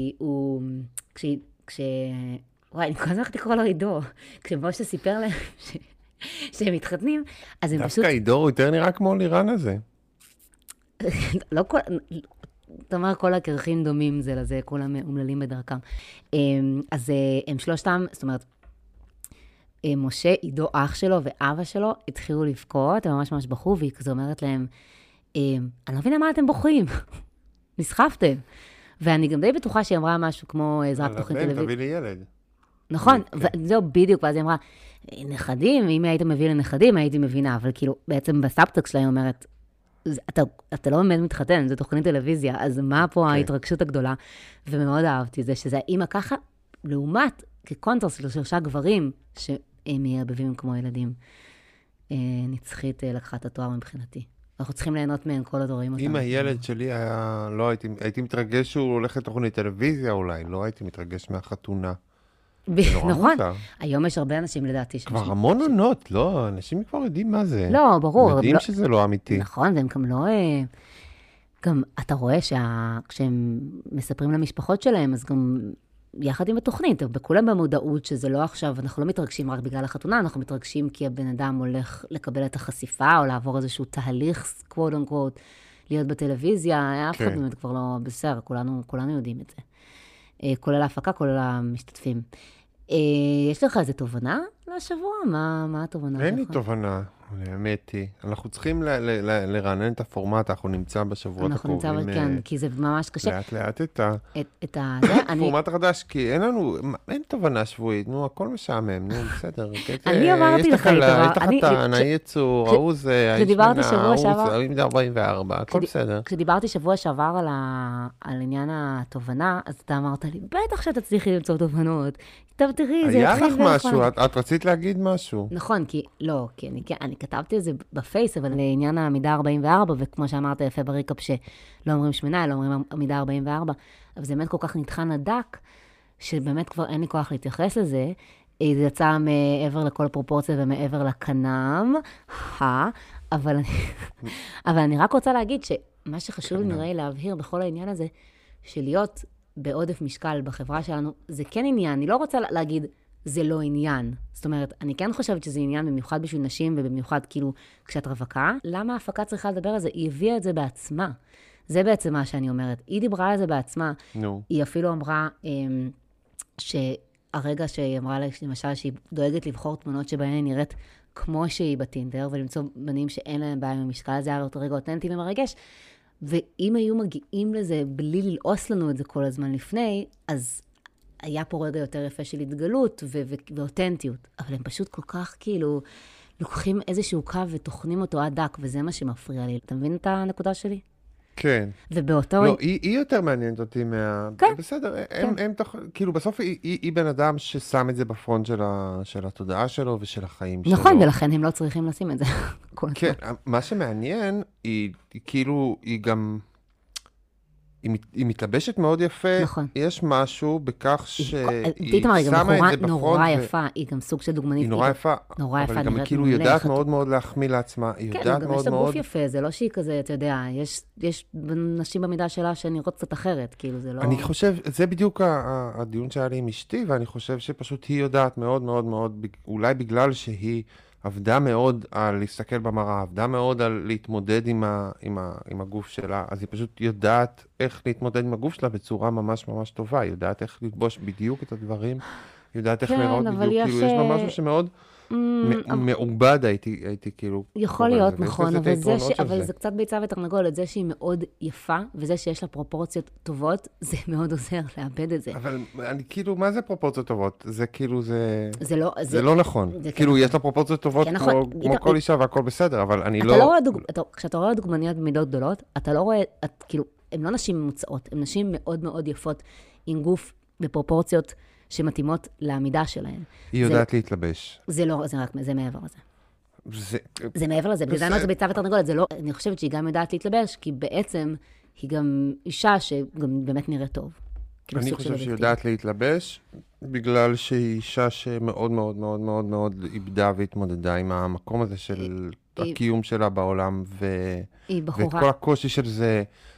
[SPEAKER 3] וואי, אני כל הזמן הולכת לקרוא לו עידו. כשמשה סיפר להם שהם מתחתנים, אז הם פשוט...
[SPEAKER 2] דווקא עידו הוא יותר נראה כמו לירן הזה.
[SPEAKER 3] לא כל... זאת אומרת, כל הקרחים דומים זה לזה, כולם אומללים בדרכם. אז הם שלושתם, זאת אומרת, משה, עידו, אח שלו ואבא שלו התחילו לבכות, הם ממש ממש בכו, והיא כזה אומרת להם, אני לא מבינה מה אתם בוכים. נסחפתם. ואני גם די בטוחה שהיא אמרה משהו כמו עזרת תוכנית טלוויזיה.
[SPEAKER 2] תביא לי ילד.
[SPEAKER 3] נכון, וזהו בדיוק, ואז היא אמרה, נכדים, אם היית מביא לנכדים, הייתי מבינה, אבל כאילו, בעצם בסאבטקסט שלה היא אומרת, אתה לא באמת מתחתן, זו תוכנית טלוויזיה, אז מה פה ההתרגשות הגדולה? ומאוד אהבתי זה, שזה האמא ככה, לעומת, כקונטרסט של 3 גברים, שהם מייבבים כמו ילדים. נצחית לקחה את התואר מבחינתי. אנחנו צריכים ליהנות מהן כל הדורים אותם.
[SPEAKER 2] אם הילד שלי היה, לא הייתי מתרגש שהוא הולך לתוכנית טלוויזיה אולי, לא הייתי מתרגש מהחתונה.
[SPEAKER 3] נכון, היום יש הרבה אנשים לדעתי.
[SPEAKER 2] כבר המון עונות, לא, אנשים כבר יודעים מה זה.
[SPEAKER 3] לא, ברור.
[SPEAKER 2] יודעים שזה לא אמיתי.
[SPEAKER 3] נכון, והם גם לא... גם אתה רואה כשהם מספרים למשפחות שלהם, אז גם יחד עם התוכנית, בכולם במודעות שזה לא עכשיו, אנחנו לא מתרגשים רק בגלל החתונה, אנחנו מתרגשים כי הבן אדם הולך לקבל את החשיפה, או לעבור איזשהו תהליך, quote unquote, להיות בטלוויזיה, אף אחד באמת כבר לא בסדר, כולנו יודעים את זה. כולל ההפקה, כולל המשתתפים. יש לך איזו תובנה לשבוע? מה התובנה שלך?
[SPEAKER 2] אין לי תובנה, האמת היא. אנחנו צריכים לרענן את הפורמט, אנחנו נמצא בשבועות הקרובים.
[SPEAKER 3] אנחנו נמצא, כן, כי זה ממש קשה.
[SPEAKER 2] לאט את
[SPEAKER 3] הפורמט
[SPEAKER 2] החדש, כי אין תובנה שבועית, נו, הכל משעמם, נו, בסדר.
[SPEAKER 3] אני אמרתי לך,
[SPEAKER 2] יש את החתן, היצור, ההוא זה, ההוא זה, ההוא 44, הכל בסדר.
[SPEAKER 3] כשדיברתי שבוע שעבר על עניין התובנה, אז אתה אמרת לי, בטח שתצליחי למצוא תובנות. טוב, תראי, זה
[SPEAKER 2] היה לך משהו, את רצית להגיד משהו.
[SPEAKER 3] נכון, כי אני כתבתי את זה בפייס, אבל לעניין העמידה 44, וכמו שאמרת יפה בריקאפ שלא אומרים שמנה, אלא אומרים עמידה 44, אבל זה באמת כל כך נטחן הדק, שבאמת כבר אין לי כוח להתייחס לזה, זה יצא מעבר לכל פרופורציה ומעבר לקנם, אבל אני רק רוצה להגיד שמה שחשוב לי נראה להבהיר בכל העניין הזה, שלהיות בעודף משקל בחברה שלנו, זה כן עניין, אני לא רוצה להגיד, זה לא עניין. זאת אומרת, אני כן חושבת שזה עניין במיוחד בשביל נשים, ובמיוחד כאילו כשאת רווקה. למה ההפקה צריכה לדבר על זה? היא הביאה את זה בעצמה. זה בעצם מה שאני אומרת. היא דיברה על זה בעצמה. היא אפילו אמרה שהרגע שהיא אמרה למשל שהיא דואגת לבחור תמונות שבהן היא נראית כמו שהיא בטינדר, ולמצוא בנים שאין להם בעיה עם המשקל, זה היה לאותו רגע אותנטי ומרגש. ואם היו מגיעים לזה בלי ללעוס לנו את זה כל הזמן לפני, אז היה פה רגע יותר יפה של התגלות ואותנטיות. אבל הם פשוט כל כך כאילו לוקחים איזשהו קו ותוכנים אותו עד דק, וזה מה שמפריע לי. אתה מבין את הנקודה שלי?
[SPEAKER 2] כן.
[SPEAKER 3] ובאותו...
[SPEAKER 2] לא, היא יותר מעניינת אותי
[SPEAKER 3] כן.
[SPEAKER 2] בסדר, כאילו בסוף היא בן אדם ששם את זה בפרונט של התודעה שלו ושל החיים שלו.
[SPEAKER 3] נכון, ולכן הם לא צריכים לשים את זה.
[SPEAKER 2] כן, מה שמעניין, היא כאילו, היא גם... היא מתלבשת מאוד יפה,
[SPEAKER 3] נכון.
[SPEAKER 2] יש משהו בכך שהיא
[SPEAKER 3] שמה את זה בפרונט.
[SPEAKER 2] נורא
[SPEAKER 3] יפה, היא גם סוג של דוגמנית.
[SPEAKER 2] היא נורא יפה, אבל היא גם כאילו יודעת מאוד מאוד להחמיא לעצמה, היא יודעת מאוד מאוד...
[SPEAKER 3] כן, גם יש לה גוף יפה, זה לא שהיא כזה, אתה יודע, יש נשים במידה שלה שנראות קצת אחרת, כאילו זה לא...
[SPEAKER 2] אני חושב, זה בדיוק הדיון שהיה לי עם אשתי, ואני חושב שפשוט היא יודעת מאוד מאוד מאוד, אולי בגלל שהיא עבדה מאוד על להסתכל במראה, עבדה מאוד על להתמודד עם הגוף שלה, אז היא פשוט יודעת איך להתמודד עם הגוף שלה בצורה ממש ממש טובה, היא יודעת איך ללבוש בדיוק את הדברים, היא יודעת איך לראות בדיוק, כאילו יש בה משהו שמאוד מעובד הייתי כאילו...
[SPEAKER 3] יכול להיות, נכון, אבל זה קצת ביצה ותרנגולת, זה שהיא מאוד יפה, וזה שיש לה פרופורציות טובות, זה מאוד עוזר לאבד את זה.
[SPEAKER 2] אבל אני כאילו, מה זה פרופורציות טובות? זה כאילו, זה לא נכון. כאילו, יש לה פרופורציות טובות כמו כל אישה והכל בסדר, אבל אני לא...
[SPEAKER 3] כשאתה רואה דוגמניות במידות גדולות, אתה לא רואה, כאילו, הן לא נשים ממוצעות, הן נשים מאוד מאוד יפות, עם גוף בפרופורציות שמתאימות לעמידה שלהן.
[SPEAKER 2] היא יודעת להתלבש.
[SPEAKER 3] זה לא, זה מעבר לזה. זה מעבר לזה, בגלל זה ביצה ותרנגולת, זה לא, אני חושבת שהיא גם יודעת להתלבש, כי בעצם היא גם אישה שגם באמת נראית טוב.
[SPEAKER 2] אני חושב שהיא יודעת להתלבש, בגלל שהיא אישה שמאוד מאוד מאוד מאוד מאוד איבדה והתמודדה עם המקום הזה של הקיום שלה בעולם, ואת כל הקושי של זה,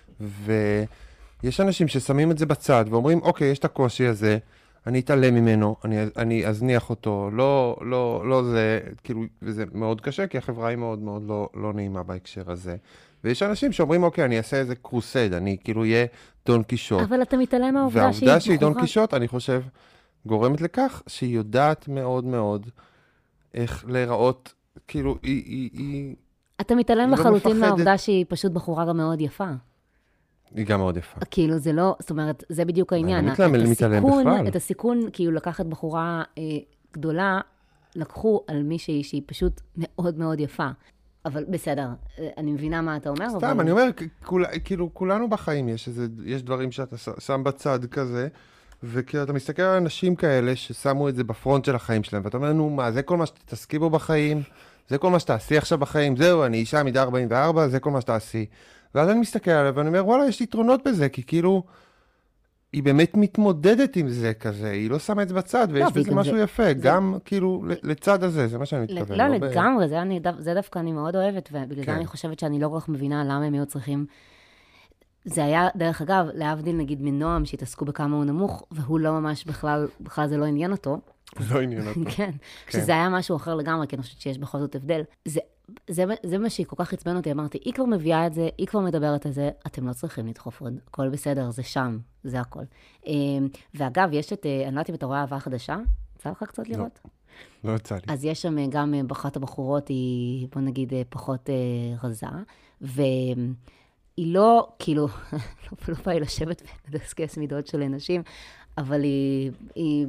[SPEAKER 2] ויש אנשים ששמים את זה בצד, ואומרים, אוקיי, יש את הקושי הזה, אני אתעלם ממנו, אני אזניח אותו, לא זה, כאילו, וזה מאוד קשה, כי החברה היא מאוד מאוד לא נעימה בהקשר הזה. ויש אנשים שאומרים, אוקיי, אני אעשה איזה קרוסד, אני כאילו אהיה דון קישוט.
[SPEAKER 3] אבל אתה מתעלם מהעובדה
[SPEAKER 2] והעובדה שהיא דון קישוט, אני חושב, גורמת לכך שהיא יודעת מאוד מאוד איך להיראות, כאילו,
[SPEAKER 3] אתה מתעלם לחלוטין מהעובדה שהיא פשוט בחורה גם מאוד יפה.
[SPEAKER 2] היא גם מאוד יפה.
[SPEAKER 3] כאילו זה לא, זאת אומרת, זה בדיוק העניין. את הסיכון, כאילו לקחת בחורה גדולה, לקחו על מישהי שהיא פשוט מאוד מאוד יפה. אבל בסדר, אני מבינה מה אתה אומר.
[SPEAKER 2] סתם, אני אומר, כאילו כולנו בחיים יש דברים שאתה שם בצד כזה, וכאילו אתה מסתכל על אנשים כאלה ששמו את זה בפרונט של החיים שלהם, ואתה אומר, נו מה, זה כל מה שתתעסקי בו בחיים, זה כל מה שתעשי עכשיו בחיים, זהו, אני אישה מידה 44, זה כל מה שתעשי. ואז אני מסתכל עליה ואני אומר, וואלה, יש לי יתרונות בזה, כי כאילו, היא באמת מתמודדת עם זה כזה, היא לא שמה את זה בצד, ויש בזה משהו יפה, גם כאילו לצד הזה, זה מה שאני מתכוון.
[SPEAKER 3] לא לגמרי, זה דווקא אני מאוד אוהבת, ובגלל זה אני חושבת שאני לא כל כך מבינה למה הם היו צריכים... זה היה, דרך אגב, להבדיל נגיד מנועם, שהתעסקו בכמה הוא נמוך, והוא לא ממש בכלל זה לא עניין אותו.
[SPEAKER 2] לא עניין אותו.
[SPEAKER 3] כן, שזה היה משהו אחר לגמרי, כי אני חושבת שיש בכל זאת הבדל. זה מה שהיא כל כך עצבן אותי, אמרתי, היא כבר מביאה את זה, היא כבר מדברת על זה, אתם לא צריכים לדחוף עוד, הכל בסדר, זה שם, זה הכל. ואגב, יש את, אני לא יודעת אם אתה רואה אהבה חדשה, יצא לך קצת לראות?
[SPEAKER 2] לא יצא לי.
[SPEAKER 3] אז יש שם גם אחת הבחורות, היא, בוא נגיד, פחות רזה, והיא לא, כאילו, לא באה היא לשבת ולדסקס מידות של אנשים, אבל היא,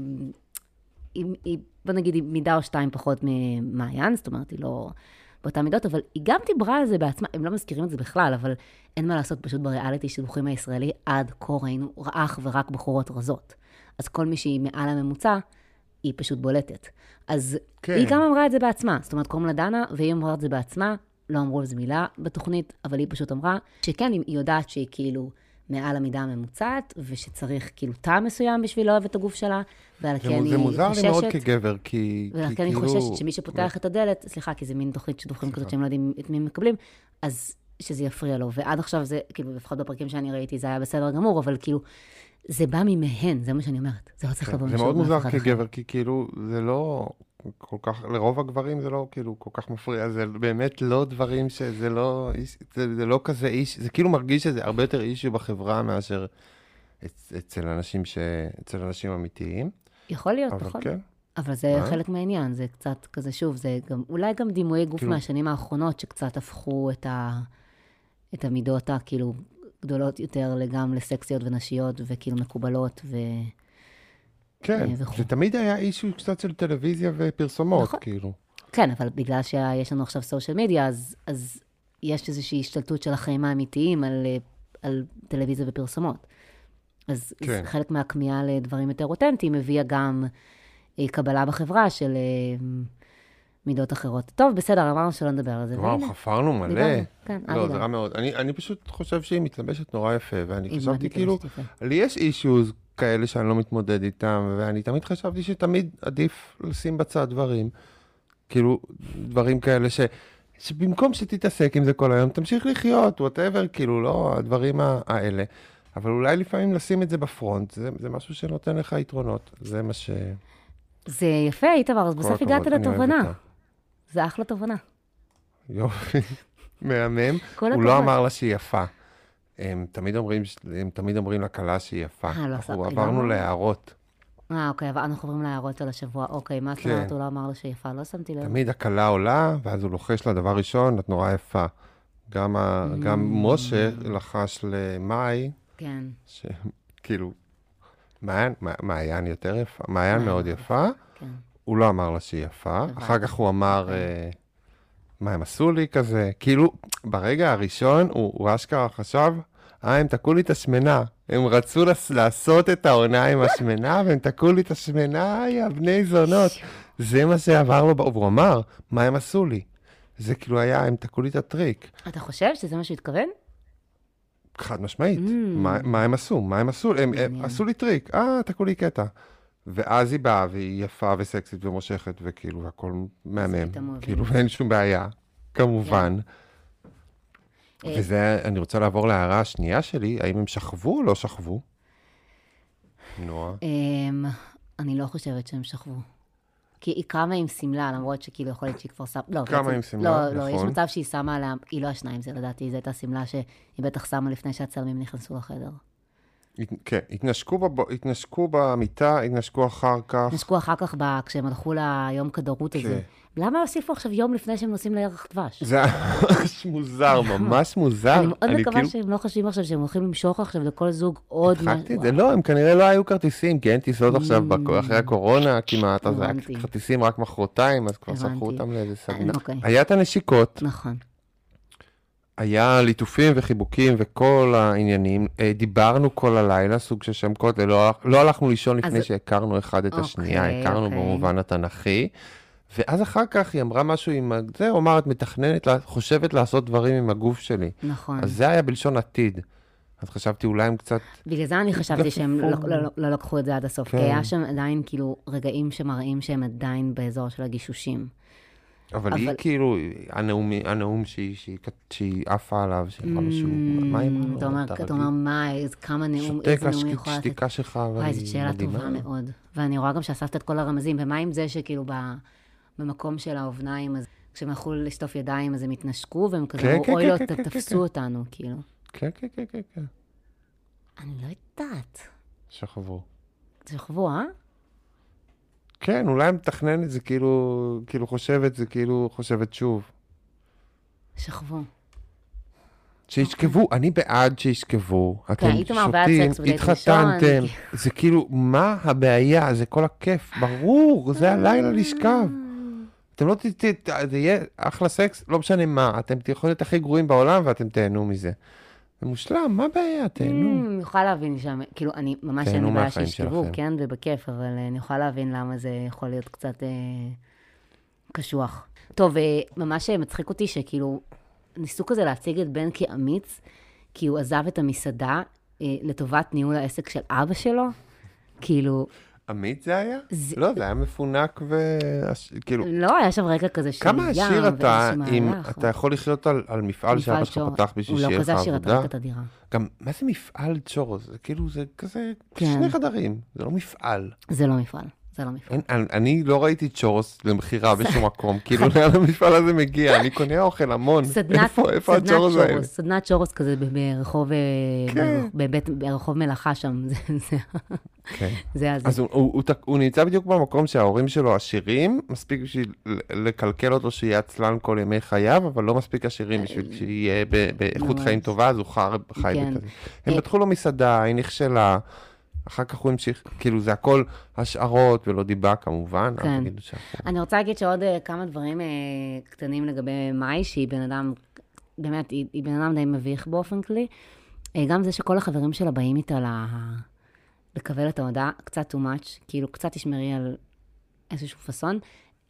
[SPEAKER 3] בוא נגיד, היא מידה או שתיים פחות ממעיין, זאת אומרת, היא לא באותה מידות, אבל היא גם דיברה על זה בעצמה, הם לא מזכירים את זה בכלל, אבל אין מה לעשות פשוט בריאליטי שידוכים הישראלי, עד כה ראינו אך ורק בחורות רזות. אז כל מי שהיא מעל הממוצע, היא פשוט בולטת. אז כן. היא גם אמרה את זה בעצמה, זאת אומרת, קוראים לה דנה, והיא אמרה את זה בעצמה, לא אמרו על זה מילה בתוכנית, אבל היא פשוט אמרה שכן, היא יודעת שהיא כאילו מעל המידה הממוצעת, ושצריך כאילו טעם מסוים בשביל לאהוב את הגוף שלה, ועל כן היא חוששת.
[SPEAKER 2] זה מוזר לי מאוד כגבר, כי
[SPEAKER 3] ועל כן היא חוששת שמי שפותח את הדלת, סליחה, כי זה מין תוכנית שדוחים כזאת שהם לא יודעים את מי מקבלים, אז שזה יפריע לו. ועד עכשיו זה, כאילו, לפחות בפרקים שאני ראיתי, זה היה בסדר גמור, אבל כאילו, זה בא ממהן, זה מה שאני אומרת. זה לא צריך לבוא משהו.
[SPEAKER 2] זה מאוד מוזר כגבר, כי כאילו, זה לא כל כך, לרוב הגברים זה לא כאילו כל כך מפריע, זה באמת לא דברים שזה לא, זה לא כזה איש, זה כאילו מרגיש שזה הרבה יותר אישי בחברה מאשר אצל אנשים אמיתיים.
[SPEAKER 3] יכול להיות, נכון.
[SPEAKER 2] כן.
[SPEAKER 3] אבל זה חלק מהעניין, זה קצת כזה שוב, זה גם, אולי גם דימויי גוף מהשנים האחרונות, שקצת הפכו את המידות כאילו גדולות יותר גם לסקסיות ונשיות, וכאילו מקובלות
[SPEAKER 2] כן, זה תמיד היה אישו קצת של טלוויזיה ופרסומות, כאילו.
[SPEAKER 3] כן, אבל בגלל שיש לנו עכשיו סושיאל מדיה, אז יש איזושהי השתלטות של החיים האמיתיים על טלוויזיה ופרסומות. אז חלק מהכמיהה לדברים יותר אותנטיים הביאה גם קבלה בחברה של מידות אחרות. טוב, בסדר, אמרנו שלא נדבר על זה.
[SPEAKER 2] וואו, חפרנו מלא. לא, זה רע מאוד. אני פשוט חושב שהיא מתלבשת נורא יפה, ואני חשבתי כאילו, לי יש אישוז כאלה שאני לא מתמודד איתם, ואני תמיד חשבתי שתמיד עדיף לשים בצד דברים, כאילו דברים כאלה שבמקום שתתעסק עם זה כל היום, תמשיך לחיות, whatever, כאילו לא הדברים האלה, אבל אולי לפעמים לשים את זה בפרונט, זה משהו שנותן לך יתרונות, זה מה ש...
[SPEAKER 3] זה יפה, איתמר, אז בסוף הגעת לתובנה. זה אחלה תובנה.
[SPEAKER 2] יופי, מהמם. הוא לא אמר לה שהיא יפה. הם תמיד אומרים לקלה שהיא יפה. אנחנו עברנו להערות.
[SPEAKER 3] אוקיי, אנחנו עוברים להערות על השבוע. אוקיי, מה זאת אומרת? הוא לא אמר לה שהיא יפה, לא שמתי לב.
[SPEAKER 2] תמיד הקלה עולה, ואז הוא לוחש לה דבר ראשון, את נורא יפה. גם משה לחש למאי, כאילו, מעיין יותר יפה, מעיין מאוד יפה, הוא לא אמר לה שהיא יפה, אחר כך הוא אמר, מה הם עשו לי כזה, כאילו, ברגע הראשון הוא אשכרה חשב, הם תקעו לי את השמנה, הם רצו לעשות את העונה עם השמנה, והם תקעו לי את השמנה, בני זונות, זה מה שעבר לו, והוא אמר, מה הם עשו לי? זה כאילו היה, הם תקעו לי את הטריק.
[SPEAKER 3] אתה חושב שזה מה שהתכוון?
[SPEAKER 2] חד משמעית. מה הם עשו? מה הם עשו? הם עשו לי טריק. תקעו לי קטע. ואז היא באה, והיא יפה וסקסית ומושכת, וכאילו, הכל מהמם. כאילו, אין שום בעיה, כמובן. וזה, אני רוצה לעבור להערה השנייה שלי, האם הם שכבו או לא שכבו? נועה.
[SPEAKER 3] אני לא חושבת שהם שכבו. כי היא קמה עם סמלה, למרות שכאילו יכול להיות שהיא כבר שמה...
[SPEAKER 2] קמה עם סמלה, נכון.
[SPEAKER 3] לא, יש מצב שהיא שמה עליה, היא לא השניים, זה לדעתי, זו הייתה סמלה שהיא בטח שמה לפני שהצלמים נכנסו לחדר.
[SPEAKER 2] כן, התנשקו במיטה, התנשקו אחר כך.
[SPEAKER 3] התנשקו אחר כך כשהם הלכו ליום כדרות הזה. למה הוסיפו עכשיו יום לפני שהם נוסעים לירח דבש?
[SPEAKER 2] זה ממש מוזר, ממש מוזר.
[SPEAKER 3] אני מאוד מקווה שהם לא חושבים עכשיו שהם הולכים למשוך עכשיו לכל זוג עוד...
[SPEAKER 2] התחלתי את זה, לא, הם כנראה לא היו כרטיסים, כי אין טיסות עכשיו אחרי הקורונה כמעט, אז היה כרטיסים רק מחרתיים, אז כבר שלחו אותם לאיזה סדנה. היה את הנשיקות.
[SPEAKER 3] נכון.
[SPEAKER 2] היה ליטופים וחיבוקים וכל העניינים, דיברנו כל הלילה, סוג של שמקות, לא הלכנו לישון לפני שהכרנו אחד את השנייה, הכרנו במובן התנ"כי, ואז אחר כך היא אמרה משהו עם זה, הוא אמר, את מתכננת, חושבת לעשות דברים עם הגוף שלי.
[SPEAKER 3] נכון.
[SPEAKER 2] אז זה היה בלשון עתיד. אז חשבתי אולי הם קצת...
[SPEAKER 3] בגלל זה אני חשבתי שהם לא לקחו את זה עד הסוף, כי היה שם עדיין כאילו רגעים שמראים שהם עדיין באזור של הגישושים.
[SPEAKER 2] אבל היא כאילו, הנאום שהיא עפה עליו, שהיא אמרה משהו, מה היא אמרה?
[SPEAKER 3] אתה אומר, מה, כמה נאום, איזה נאום היא יכולה לתת?
[SPEAKER 2] שתיקה שלך,
[SPEAKER 3] וואי, זאת שאלה טובה מאוד. ואני רואה גם שאספת את כל הרמזים, ומה עם זה שכאילו במקום של האובניים, אז כשהם הלכו לשטוף ידיים, אז הם התנשקו, והם כזה אמרו, אוי לא, תפסו אותנו, כאילו.
[SPEAKER 2] כן, כן, כן, כן, כן.
[SPEAKER 3] אני לא יודעת.
[SPEAKER 2] שכבו,
[SPEAKER 3] אה?
[SPEAKER 2] כן, אולי מתכנן את זה כאילו חושבת, זה כאילו חושבת שוב.
[SPEAKER 3] שכבו.
[SPEAKER 2] שישכבו, אני בעד שישכבו. אתם
[SPEAKER 3] שותים,
[SPEAKER 2] התחתנתם. זה כאילו, מה הבעיה? זה כל הכיף, ברור, זה הלילה לשכב. אתם לא זה יהיה אחלה סקס, לא משנה מה. אתם יכולים להיות הכי גרועים בעולם ואתם תהנו מזה. זה מושלם, מה הבעיה? תהנו.
[SPEAKER 3] אני יכולה להבין שם, כאילו, אני ממש אין לי בעיה שישכבו, כן, ובכיף, אבל אני יכולה להבין למה זה יכול להיות קצת קשוח. טוב, ממש מצחיק אותי שכאילו, ניסו כזה להציג את בן כאמיץ, כי הוא עזב את המסעדה לטובת ניהול העסק של אבא שלו, כאילו...
[SPEAKER 2] אמיץ זה היה? לא, זה היה מפונק וכאילו...
[SPEAKER 3] לא, היה שם רגע כזה של ים.
[SPEAKER 2] כמה עשיר אתה, אם אתה יכול לחיות על מפעל שאבא שלך פתח בשביל שיהיה לך עבודה?
[SPEAKER 3] הוא לא כזה עשיר, אתה רק את הדירה.
[SPEAKER 2] גם, מה זה מפעל צ'ורוס? זה כאילו, זה כזה 2 חדרים, זה לא מפעל.
[SPEAKER 3] זה לא מפעל.
[SPEAKER 2] אני לא ראיתי צ'ורוס למחירה בשום מקום, כאילו לאן המפעל הזה מגיע, אני קונה אוכל המון, איפה הצ'ורוס האלה?
[SPEAKER 3] סדנת צ'ורוס כזה ברחוב מלאכה שם, זה הזה.
[SPEAKER 2] אז הוא נמצא בדיוק במקום שההורים שלו עשירים, מספיק בשביל לקלקל אותו שיהיה עצלן כל ימי חייו, אבל לא מספיק עשירים בשביל שיהיה באיכות חיים טובה, אז הוא חי בכזה. הם פתחו לו מסעדה, היא נכשלה, אחר כך הוא המשיך, כאילו זה הכל השערות ולא דיבה כמובן.
[SPEAKER 3] כן. אני רוצה להגיד שעוד כמה דברים קטנים לגבי מאי, שהיא בן אדם, באמת, היא בן אדם די מביך באופן כלי. גם זה שכל החברים שלה באים איתה לקבל את ההודעה, קצת too much, כאילו קצת תשמרי על איזשהו פסון.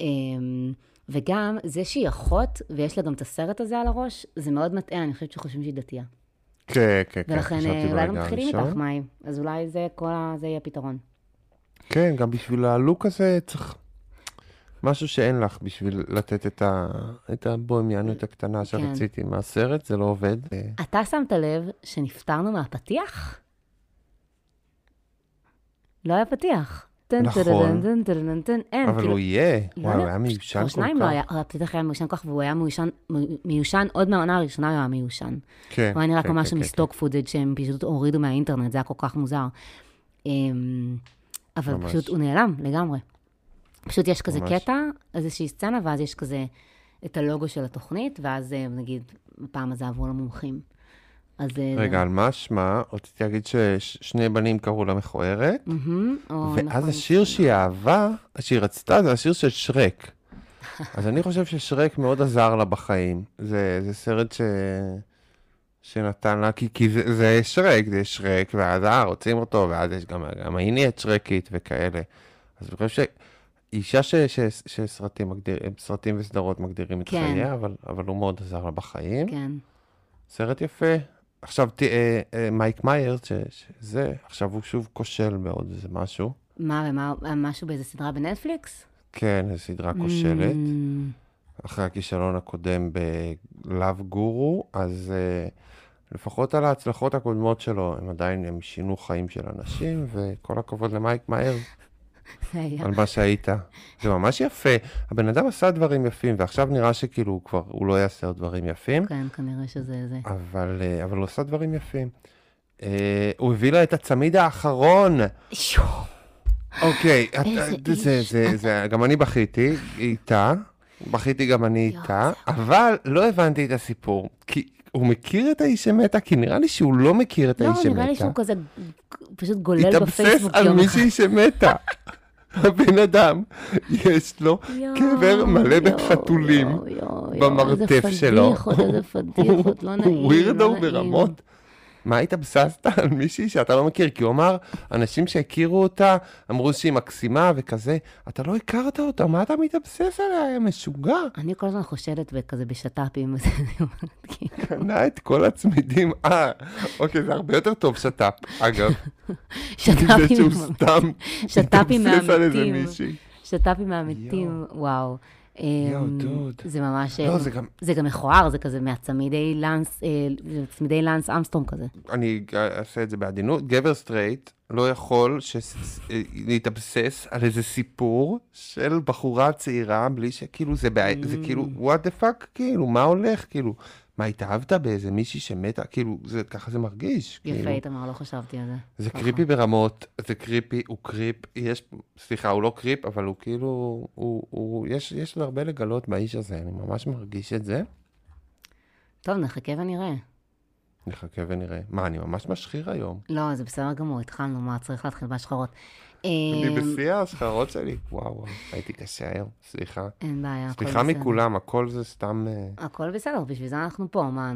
[SPEAKER 3] וגם זה שהיא אחות, ויש לה גם את הסרט הזה על הראש, זה מאוד מטעה, אני חושבת שחושבים שהיא דתייה.
[SPEAKER 2] כן, כן, כן.
[SPEAKER 3] ולכן אולי לא מתחילים איתך, מאי. אז אולי זה יהיה פתרון.
[SPEAKER 2] כן, גם בשביל הלוק הזה צריך משהו שאין לך בשביל לתת את הבוהמיאנות הקטנה שרציתי מהסרט, זה לא עובד.
[SPEAKER 3] אתה שמת לב שנפטרנו מהפתיח? לא היה פתיח.
[SPEAKER 2] נכון, אבל הוא יהיה. וואו, הוא היה מיושן כל כך.
[SPEAKER 3] הפתיח היה מיושן כל כך, והוא היה מיושן, עוד מהעונה הראשונה הוא היה מיושן.
[SPEAKER 2] כן.
[SPEAKER 3] הוא היה נראה כמו משהו מסטוק פודג' שהם פשוט הורידו מהאינטרנט, זה היה כל כך מוזר. אבל פשוט הוא נעלם לגמרי. פשוט יש כזה קטע, איזושהי סצנה, ואז יש כזה את הלוגו של התוכנית, ואז נגיד, בפעם הזה עברו למומחים.
[SPEAKER 2] רגע, על מה שמה, רציתי להגיד ששני בנים קראו לה מכוערת, ואז השיר שהיא אהבה, שהיא רצתה, זה השיר של שרק. אז אני חושב ששרק מאוד עזר לה בחיים. זה סרט שנתן לה, כי זה שרק, ואז רוצים אותו, ואז יש גם היא נהיית שרקית וכאלה. אז אני חושב אישה שסרטים וסדרות מגדירים את חייה, אבל הוא מאוד עזר לה בחיים.
[SPEAKER 3] כן.
[SPEAKER 2] סרט יפה. עכשיו, מייק מיירס, שזה, עכשיו הוא שוב כושל מאוד, זה משהו.
[SPEAKER 3] מה, משהו באיזה סדרה בנטפליקס?
[SPEAKER 2] כן, זו סדרה כושלת. אחרי הכישלון הקודם בלאב גורו, אז לפחות על ההצלחות הקודמות שלו, הם עדיין שינו חיים של אנשים, וכל הכבוד למייק מיירס. על מה שהיית. זה ממש יפה. הבן אדם עשה דברים יפים, ועכשיו נראה שכאילו הוא לא יעשה עוד דברים יפים.
[SPEAKER 3] כן, כנראה שזה זה.
[SPEAKER 2] אבל הוא עשה דברים יפים. הוא הביא לה את הצמיד האחרון. אוקיי, גם אני בכיתי איתה, גם אני איתה, אבל לא הבנתי את הסיפור, כי הוא מכיר את האיש שמתה, כי נראה לי שהוא לא מכיר את האיש שמתה.
[SPEAKER 3] לא, נראה לי שהוא כזה פשוט גולל בפייסבוק
[SPEAKER 2] התאבסס על מישהי שמתה. הבן אדם, יש לו קבר מלא בחתולים במרתף שלו.
[SPEAKER 3] איזה פדיחות, לא נעים.
[SPEAKER 2] הוא ווירדו ברמות. מה התאבססת על מישהי שאתה לא מכיר? כי הוא אמר, אנשים שהכירו אותה, אמרו שהיא מקסימה וכזה, אתה לא הכרת אותה, מה אתה מתאבסס עליה? היה משוגע.
[SPEAKER 3] אני כל הזמן חושדת כזה בשטאפים.
[SPEAKER 2] קנה את כל הצמידים. אוקיי, זה הרבה יותר טוב שטאפ, אגב.
[SPEAKER 3] שטאפים
[SPEAKER 2] מהמתים.
[SPEAKER 3] שטאפים מהמתים, וואו.
[SPEAKER 2] דוד.
[SPEAKER 3] זה ממש, זה גם מכוער, זה כזה מהצמידי לנס אמסטרונג כזה.
[SPEAKER 2] אני אעשה את זה בעדינות. גבר סטרייט לא יכול להתאבסס על איזה סיפור של בחורה צעירה, בלי שכאילו זה כאילו, what the fuck, כאילו, מה הולך, כאילו, מה, התאהבת באיזה מישהי שמתה, כאילו, ככה זה מרגיש.
[SPEAKER 3] יפה, איתמר, לא חשבתי על זה.
[SPEAKER 2] זה קריפי ברמות, זה קריפי, הוא קריפ, סליחה, הוא לא קריפ, אבל הוא כאילו, יש לו הרבה לגלות באיש הזה, אני ממש מרגיש את זה.
[SPEAKER 3] טוב, נחכה ונראה.
[SPEAKER 2] נחכה ונראה. מה, אני ממש משחיר היום.
[SPEAKER 3] לא, זה בסדר גמור, התחלנו, מה, צריך להתחיל בהשחרות.
[SPEAKER 2] אני בשיא ההשחרות שלי, וואו, הייתי קשה היום, סליחה.
[SPEAKER 3] אין בעיה, הכל
[SPEAKER 2] סליחה
[SPEAKER 3] בסדר.
[SPEAKER 2] מכולם, הכל זה סתם...
[SPEAKER 3] הכל בסדר, בשביל זה אנחנו פה, מה,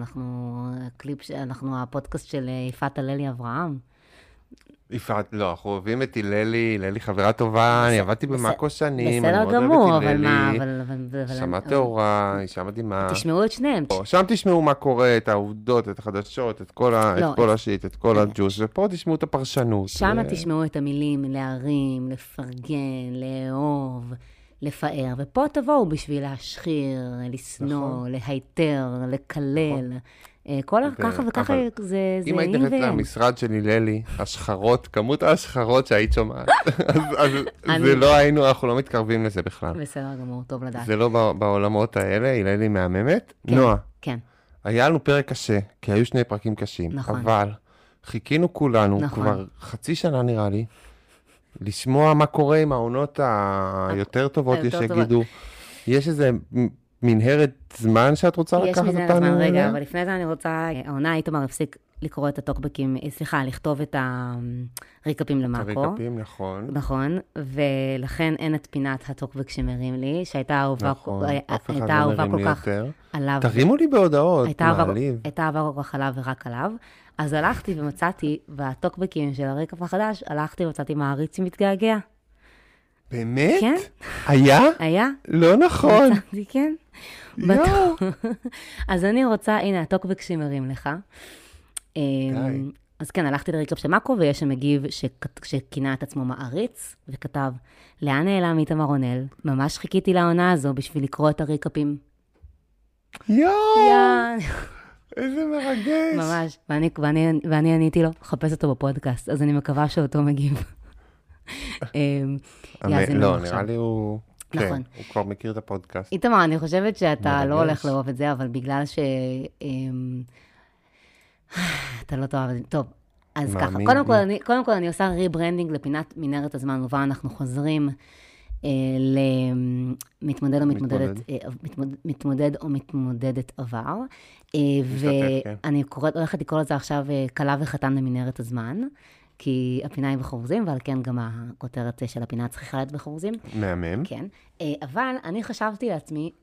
[SPEAKER 3] אנחנו הפודקאסט של יפעת הללי אברהם.
[SPEAKER 2] יפעת, לא, אנחנו אוהבים את הללי חברה טובה, אני עבדתי במאקו שנים, אני מאוד
[SPEAKER 3] גמור,
[SPEAKER 2] אוהבת את
[SPEAKER 3] אבל מה,
[SPEAKER 2] הללי, שמה תאורה, אישה מדהימה.
[SPEAKER 3] תשמעו את שניהם.
[SPEAKER 2] שם תשמעו מה קורה, את העובדות, את החדשות, את כל השיט, את כל הג'וס, ופה תשמעו את הפרשנות.
[SPEAKER 3] שם תשמעו את המילים להרים, לפרגן, לאהוב, לפאר, ופה תבואו בשביל להשחיר, לשנוא, להיתר, לקלל. ככה וככה זה
[SPEAKER 2] אם היית נכנסת למשרד של הללי, השחרות, כמות ההשחרות שהיית שומעת, אז זה לא היינו, אנחנו לא מתקרבים לזה בכלל.
[SPEAKER 3] בסדר גמור, טוב לדעת.
[SPEAKER 2] זה לא בעולמות האלה, הללי מהממת. נועה,
[SPEAKER 3] כן.
[SPEAKER 2] היה לנו פרק קשה, כי היו 2 פרקים קשים, אבל חיכינו כולנו, כבר חצי שנה נראה לי, לשמוע מה קורה עם העונות היותר טובות, יש שיגידו, יש איזה... מנהרת זמן שאת רוצה לקחת אותנו?
[SPEAKER 3] יש מנהרת זמן, רגע, אבל לפני זה אני רוצה, העונה איתמר הפסיק לקרוא את הטוקבקים, סליחה, לכתוב את הריקאפים למאקו.
[SPEAKER 2] הריקאפים, נכון.
[SPEAKER 3] נכון, ולכן אין את פינת הטוקבק שמרים לי, שהייתה אהובה כל כך עליו.
[SPEAKER 2] תרימו לי בהודעות, מעליב.
[SPEAKER 3] הייתה אהבה כל כך עליו ורק עליו, אז הלכתי ומצאתי, בטוקבקים של הריקאפ החדש, הלכתי ומצאתי מעריץ שמתגעגע.
[SPEAKER 2] באמת?
[SPEAKER 3] כן.
[SPEAKER 2] היה?
[SPEAKER 3] היה.
[SPEAKER 2] לא נכון.
[SPEAKER 3] מצאתי, כן. אז אני רוצה, הנה, הטוקבק שמרים לך. אז כן, הלכתי לריקאפ של מאקו, ויש שם מגיב שכינה את עצמו מעריץ, וכתב, לאן נעלם איתמר רונל? ממש חיכיתי לעונה הזו בשביל לקרוא את הריקאפים.
[SPEAKER 2] איזה מרגש.
[SPEAKER 3] ממש, ואני עניתי לו, חפש אותו בפודקאסט, אז אני מקווה שאותו מגיב.
[SPEAKER 2] לא, נראה לי הוא... כן, הוא כבר מכיר את הפודקאסט.
[SPEAKER 3] איתמר, אני חושבת שאתה לא הולך לאהוב את זה, אבל בגלל ש... אתה לא תאהב את זה. טוב, אז ככה. קודם כל אני עושה ריברנדינג לפינת מנהרת הזמן, ובה אנחנו חוזרים מתמודד או מתמודדת עבר. ואני הולכת לקרוא לזה עכשיו קלה וחתן למנהרת הזמן. כי הפינה היא בחרוזים, ועל כן גם הכותרת של הפינה צריכה להיות בחרוזים.
[SPEAKER 2] מהמם.
[SPEAKER 3] כן. אבל אני חשבתי לעצמי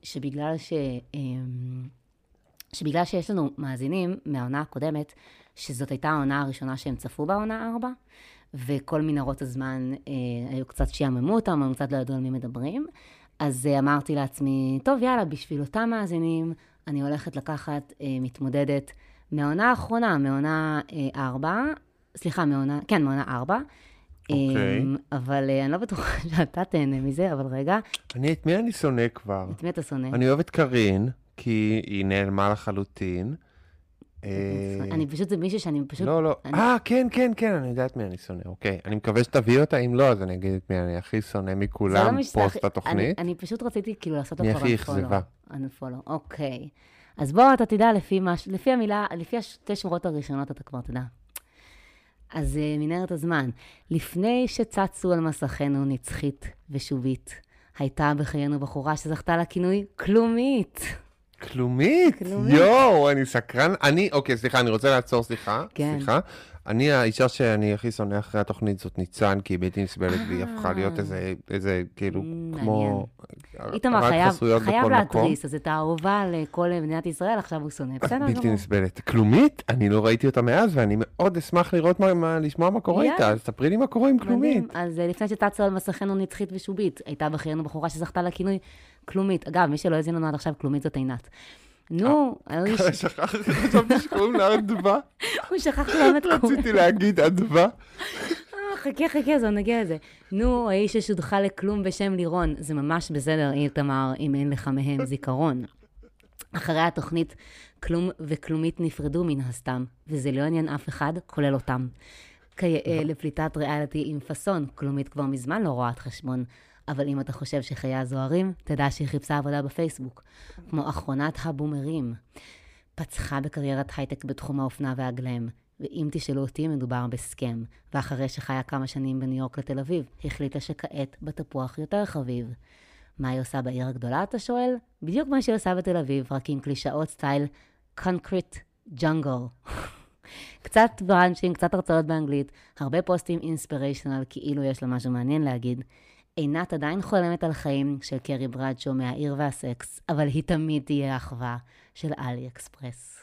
[SPEAKER 3] שבגלל שיש לנו מאזינים מהעונה הקודמת, שזאת הייתה העונה הראשונה שהם צפו בעונה 4, וכל מנהרות הזמן היו קצת שיעממו אותם, הם קצת לא ידעו על מי מדברים, אז אמרתי לעצמי, טוב, יאללה, בשביל אותם מאזינים, אני הולכת לקחת מתמודדת מהעונה האחרונה, מהעונה 4, סליחה, מעונה 4.
[SPEAKER 2] אוקיי.
[SPEAKER 3] אבל אני לא בטוחה שאתה תהנה מזה, אבל רגע.
[SPEAKER 2] את מי אני שונא כבר?
[SPEAKER 3] את מי אתה שונא?
[SPEAKER 2] אני אוהב את קרין, כי היא נעלמה לחלוטין.
[SPEAKER 3] אני פשוט, זה מישהו שאני פשוט...
[SPEAKER 2] לא. כן, אני יודעת מי אני שונא, אוקיי. אני מקווה שתביא אותה, אם לא, אז אני אגיד את מי אני הכי שונא מכולם פוסט התוכנית.
[SPEAKER 3] אני פשוט רציתי כאילו לעשות
[SPEAKER 2] מי הכי אכזבה.
[SPEAKER 3] אוקיי. אז בוא, אתה תדע לפי המילה, לפי 2 שורות הראשונות, אתה כבר תדע. אז מנהרת הזמן, לפני שצצו על מסכנו נצחית ושובית, הייתה בחיינו בחורה שזכתה לכינוי כלומית.
[SPEAKER 2] כלומית? יואו, אני סקרן. אוקיי, סליחה, אני רוצה לעצור, סליחה. סליחה. אני, האישה שאני הכי שונא אחרי התוכנית זאת ניצן, כי היא בלתי נסבלת, והיא הפכה להיות איזה, כאילו, כמו...
[SPEAKER 3] איתמר חייב להתריס, אז את האהובה לכל מדינת ישראל, עכשיו הוא שונא. בסדר גמור.
[SPEAKER 2] בלתי נסבלת. כלומית? אני לא ראיתי אותה מאז, ואני מאוד אשמח לראות לשמוע מה קורה איתה, אז ספרי לי מה קורה עם כלומית.
[SPEAKER 3] אז לפני שתצא על מסכנו נצחית ושובית, הייתה בחיינו בחורה שזכתה לכינוי כלומית. אגב, מי שלא הזין לנו עד עכשיו, כלומית זאת עינת. נו,
[SPEAKER 2] חשבתי שקוראים לה אדווה.
[SPEAKER 3] הוא שכח באמת קוראים.
[SPEAKER 2] רציתי להגיד אדווה.
[SPEAKER 3] חכה, זו נגיע לזה. נו, האיש ששודחה לכלום בשם לירון. זה ממש בסדר, איתמר, אם אין לך מהם זיכרון. אחרי התוכנית, כלום וכלומית נפרדו מן הסתם, וזה לא עניין אף אחד, כולל אותם. כיאה לפליטת ריאליטי עם פסון, כלומית כבר מזמן לא רואת חשבון. אבל אם אתה חושב שחייה זוהרים, תדע שהיא חיפשה עבודה בפייסבוק, כמו אחרונת הבומרים. פצחה בקריירת הייטק בתחום האופנה והגלם, ואם תשאלו אותי, מדובר בסכם, ואחרי שחיה כמה שנים בניו יורק לתל אביב, החליטה שכעת בתפוח יותר חביב. מה היא עושה בעיר הגדולה, אתה שואל? בדיוק מה שהיא עושה בתל אביב, רק עם קלישאות סטייל Concrete Jungle. קצת ברנצ'ים, קצת הרצאות באנגלית, הרבה פוסטים אינספיריישנל, כאילו יש לה משהו מעניין להגיד. עינת עדיין חולמת על חיים של קרי ברדשו מהעיר והסקס, אבל היא תמיד תהיה אחווה של אלי אקספרס.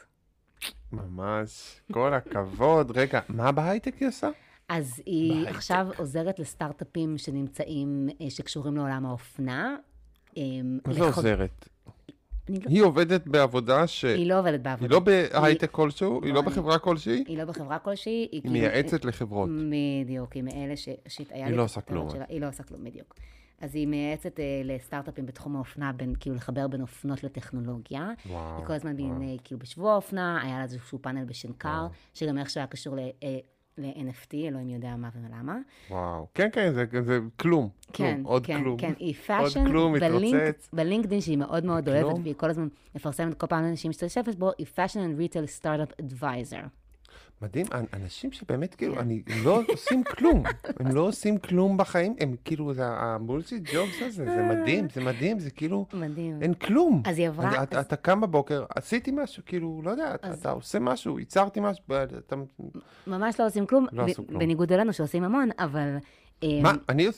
[SPEAKER 2] ממש, כל הכבוד. רגע, מה בהייטק היא עושה?
[SPEAKER 3] אז היא עכשיו עוזרת לסטארט-אפים שנמצאים, שקשורים לעולם האופנה.
[SPEAKER 2] מה זה עוזרת? היא עובדת בעבודה
[SPEAKER 3] היא לא עובדת בעבודה.
[SPEAKER 2] היא לא בהייטק כלשהו? היא לא בחברה כלשהי?
[SPEAKER 3] היא לא בחברה כלשהי.
[SPEAKER 2] היא מייעצת לחברות.
[SPEAKER 3] בדיוק, היא מאלה
[SPEAKER 2] היא לא עושה כלום.
[SPEAKER 3] היא לא עושה כלום, בדיוק. אז היא מייעצת לסטארט-אפים בתחום האופנה, כאילו לחבר בין אופנות לטכנולוגיה. היא כל הזמן בענייני, כאילו בשבוע האופנה, היה לה איזשהו פאנל בשנקר, שגם איך שהיה קשור ל-NFT, אלוהים יודע מה ולמה.
[SPEAKER 2] וואו, כן, זה כלום.
[SPEAKER 3] כן,
[SPEAKER 2] עוד כלום.
[SPEAKER 3] כן, היא פאשן, בלינקדין שהיא מאוד מאוד אוהבת, והיא כל הזמן מפרסמת כל פעם לאנשים שתשפת בו, היא Fashion and Retail Startup Advisor.
[SPEAKER 2] מדהים, אנשים שבאמת כאילו, הם לא עושים כלום. הם לא עושים כלום בחיים, הם כאילו, הבולשיט ג'ובס הזה, זה מדהים, זה כאילו, אין כלום.
[SPEAKER 3] אז היא עברה...
[SPEAKER 2] אתה קם בבוקר, עשיתי משהו, כאילו, לא יודע, אתה עושה משהו, ייצרתי משהו, אתה...
[SPEAKER 3] ממש לא עושים כלום, בניגוד אלינו שעושים המון, אבל...
[SPEAKER 2] מה?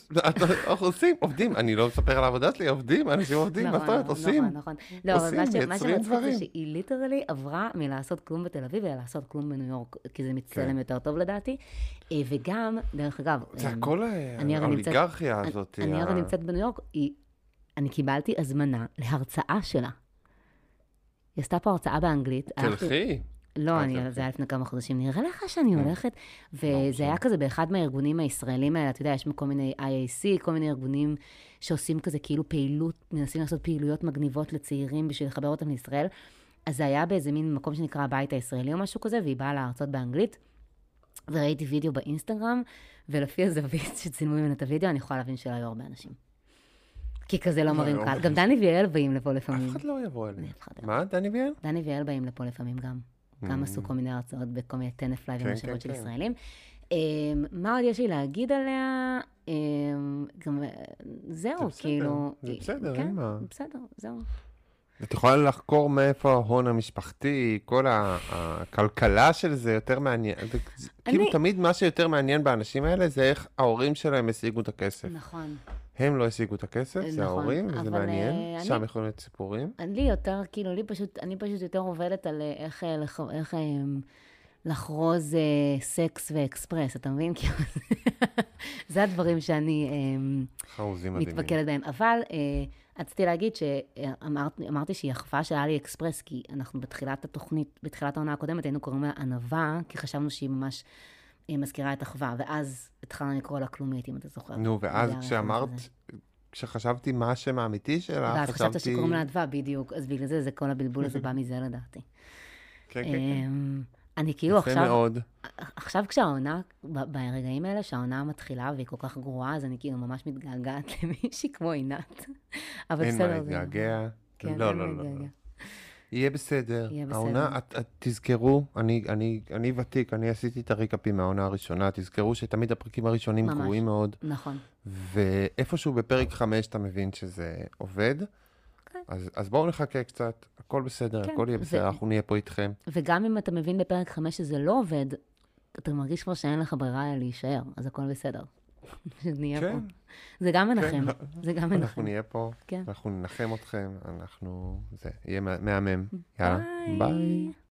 [SPEAKER 2] עובדים, אני לא מספר על העבודה שלי, אנשים עובדים, מה זאת אומרת? עושים.
[SPEAKER 3] נכון. לא, אבל מה שמצחיק זה שהיא ליטרלי עברה מלעשות כלום בתל אביב, ולעשות כלום בניו יורק, כי זה מצטלם יותר טוב לדעתי, וגם, דרך אגב,
[SPEAKER 2] זה הכל האוליגרכיה הזאת.
[SPEAKER 3] אני הרי נמצאת בניו יורק, אני קיבלתי הזמנה להרצאה שלה. היא עשתה פה הרצאה באנגלית.
[SPEAKER 2] תלכי.
[SPEAKER 3] לא, זה היה לפני כמה חודשים, נראה לך שאני הולכת, וזה היה כזה באחד מהארגונים הישראלים האלה, אתה יודע, יש כל מיני IAC, כל מיני ארגונים שעושים כזה כאילו פעילות, מנסים לעשות פעילויות מגניבות לצעירים בשביל לחבר אותם לישראל, אז זה היה באיזה מין מקום שנקרא הבית הישראלי או משהו כזה, והיא באה להרצות באנגלית, וראיתי וידאו באינסטגרם, ולפי הזווית שצילמו ממנו את הוידאו, אני יכולה להבין שלא היו הרבה אנשים. כי כזה לא מראים קהל. גם דני ויאל באים לפה לפעמים.
[SPEAKER 2] אף אחד לא יבוא אליהם. מה, דני ויאל?
[SPEAKER 3] דני ויאל באים לפה לפעמים גם. גם עשו כל מיני הרצאות בכל מיני טנף לייב ומשאבות של ישראלים. מה עוד יש לי להגיד עליה? זהו, כאילו...
[SPEAKER 2] זה בסדר, אין מה.
[SPEAKER 3] בסדר, זהו.
[SPEAKER 2] את יכולה לחקור מאיפה ההון המשפחתי, כל הכלכלה של זה יותר מעניין. כאילו תמיד מה שיותר מעניין באנשים האלה זה איך ההורים שלהם השיגו את הכסף.
[SPEAKER 3] נכון.
[SPEAKER 2] הם לא השיגו את הכסף, זה ההורים, וזה מעניין. שם יכולים להיות סיפורים.
[SPEAKER 3] אני יותר, כאילו, אני פשוט יותר עובדת על איך לחרוז סקס ואקספרס, אתה מבין? זה הדברים שאני מתפקדת בהם. אבל רציתי להגיד שאמרתי שהיא אחווה של אלי אקספרס, כי אנחנו בתחילת התוכנית, בתחילת העונה הקודמת, היינו קוראים לה ענווה, כי חשבנו שהיא ממש מזכירה את אחווה, ואז התחלנו לקרוא לה כלומית, אם אתה זוכר.
[SPEAKER 2] נו, ואז כשחשבתי מה השם האמיתי שלה,
[SPEAKER 3] ואז חשבת שקוראים לה ענווה, בדיוק, אז בגלל זה, כל הבלבול הזה בא מזה לדעתי.
[SPEAKER 2] כן.
[SPEAKER 3] אני כאילו עכשיו כשהעונה, ברגעים האלה, שהעונה מתחילה והיא כל כך גרועה, אז אני כאילו ממש מתגעגעת למישהי כמו עינת.
[SPEAKER 2] אין מה להתגעגע. לא. יהיה בסדר. העונה, תזכרו, אני ותיק, אני עשיתי את הריקאפים מהעונה הראשונה, תזכרו שתמיד הפרקים הראשונים גרועים מאוד.
[SPEAKER 3] נכון.
[SPEAKER 2] ואיפשהו בפרק 5 אתה מבין שזה עובד. אז בואו נחכה קצת, הכל בסדר, הכל יהיה בסדר, אנחנו נהיה פה איתכם.
[SPEAKER 3] וגם אם אתה מבין בפרק 5 שזה לא עובד, אתה מרגיש כבר שאין לך ברירה להישאר, אז הכל בסדר. שנהיה פה. זה גם מנחם, זה גם מנחם.
[SPEAKER 2] אנחנו נהיה פה, אנחנו ננחם אתכם, זה יהיה מהמם. יאללה, ביי.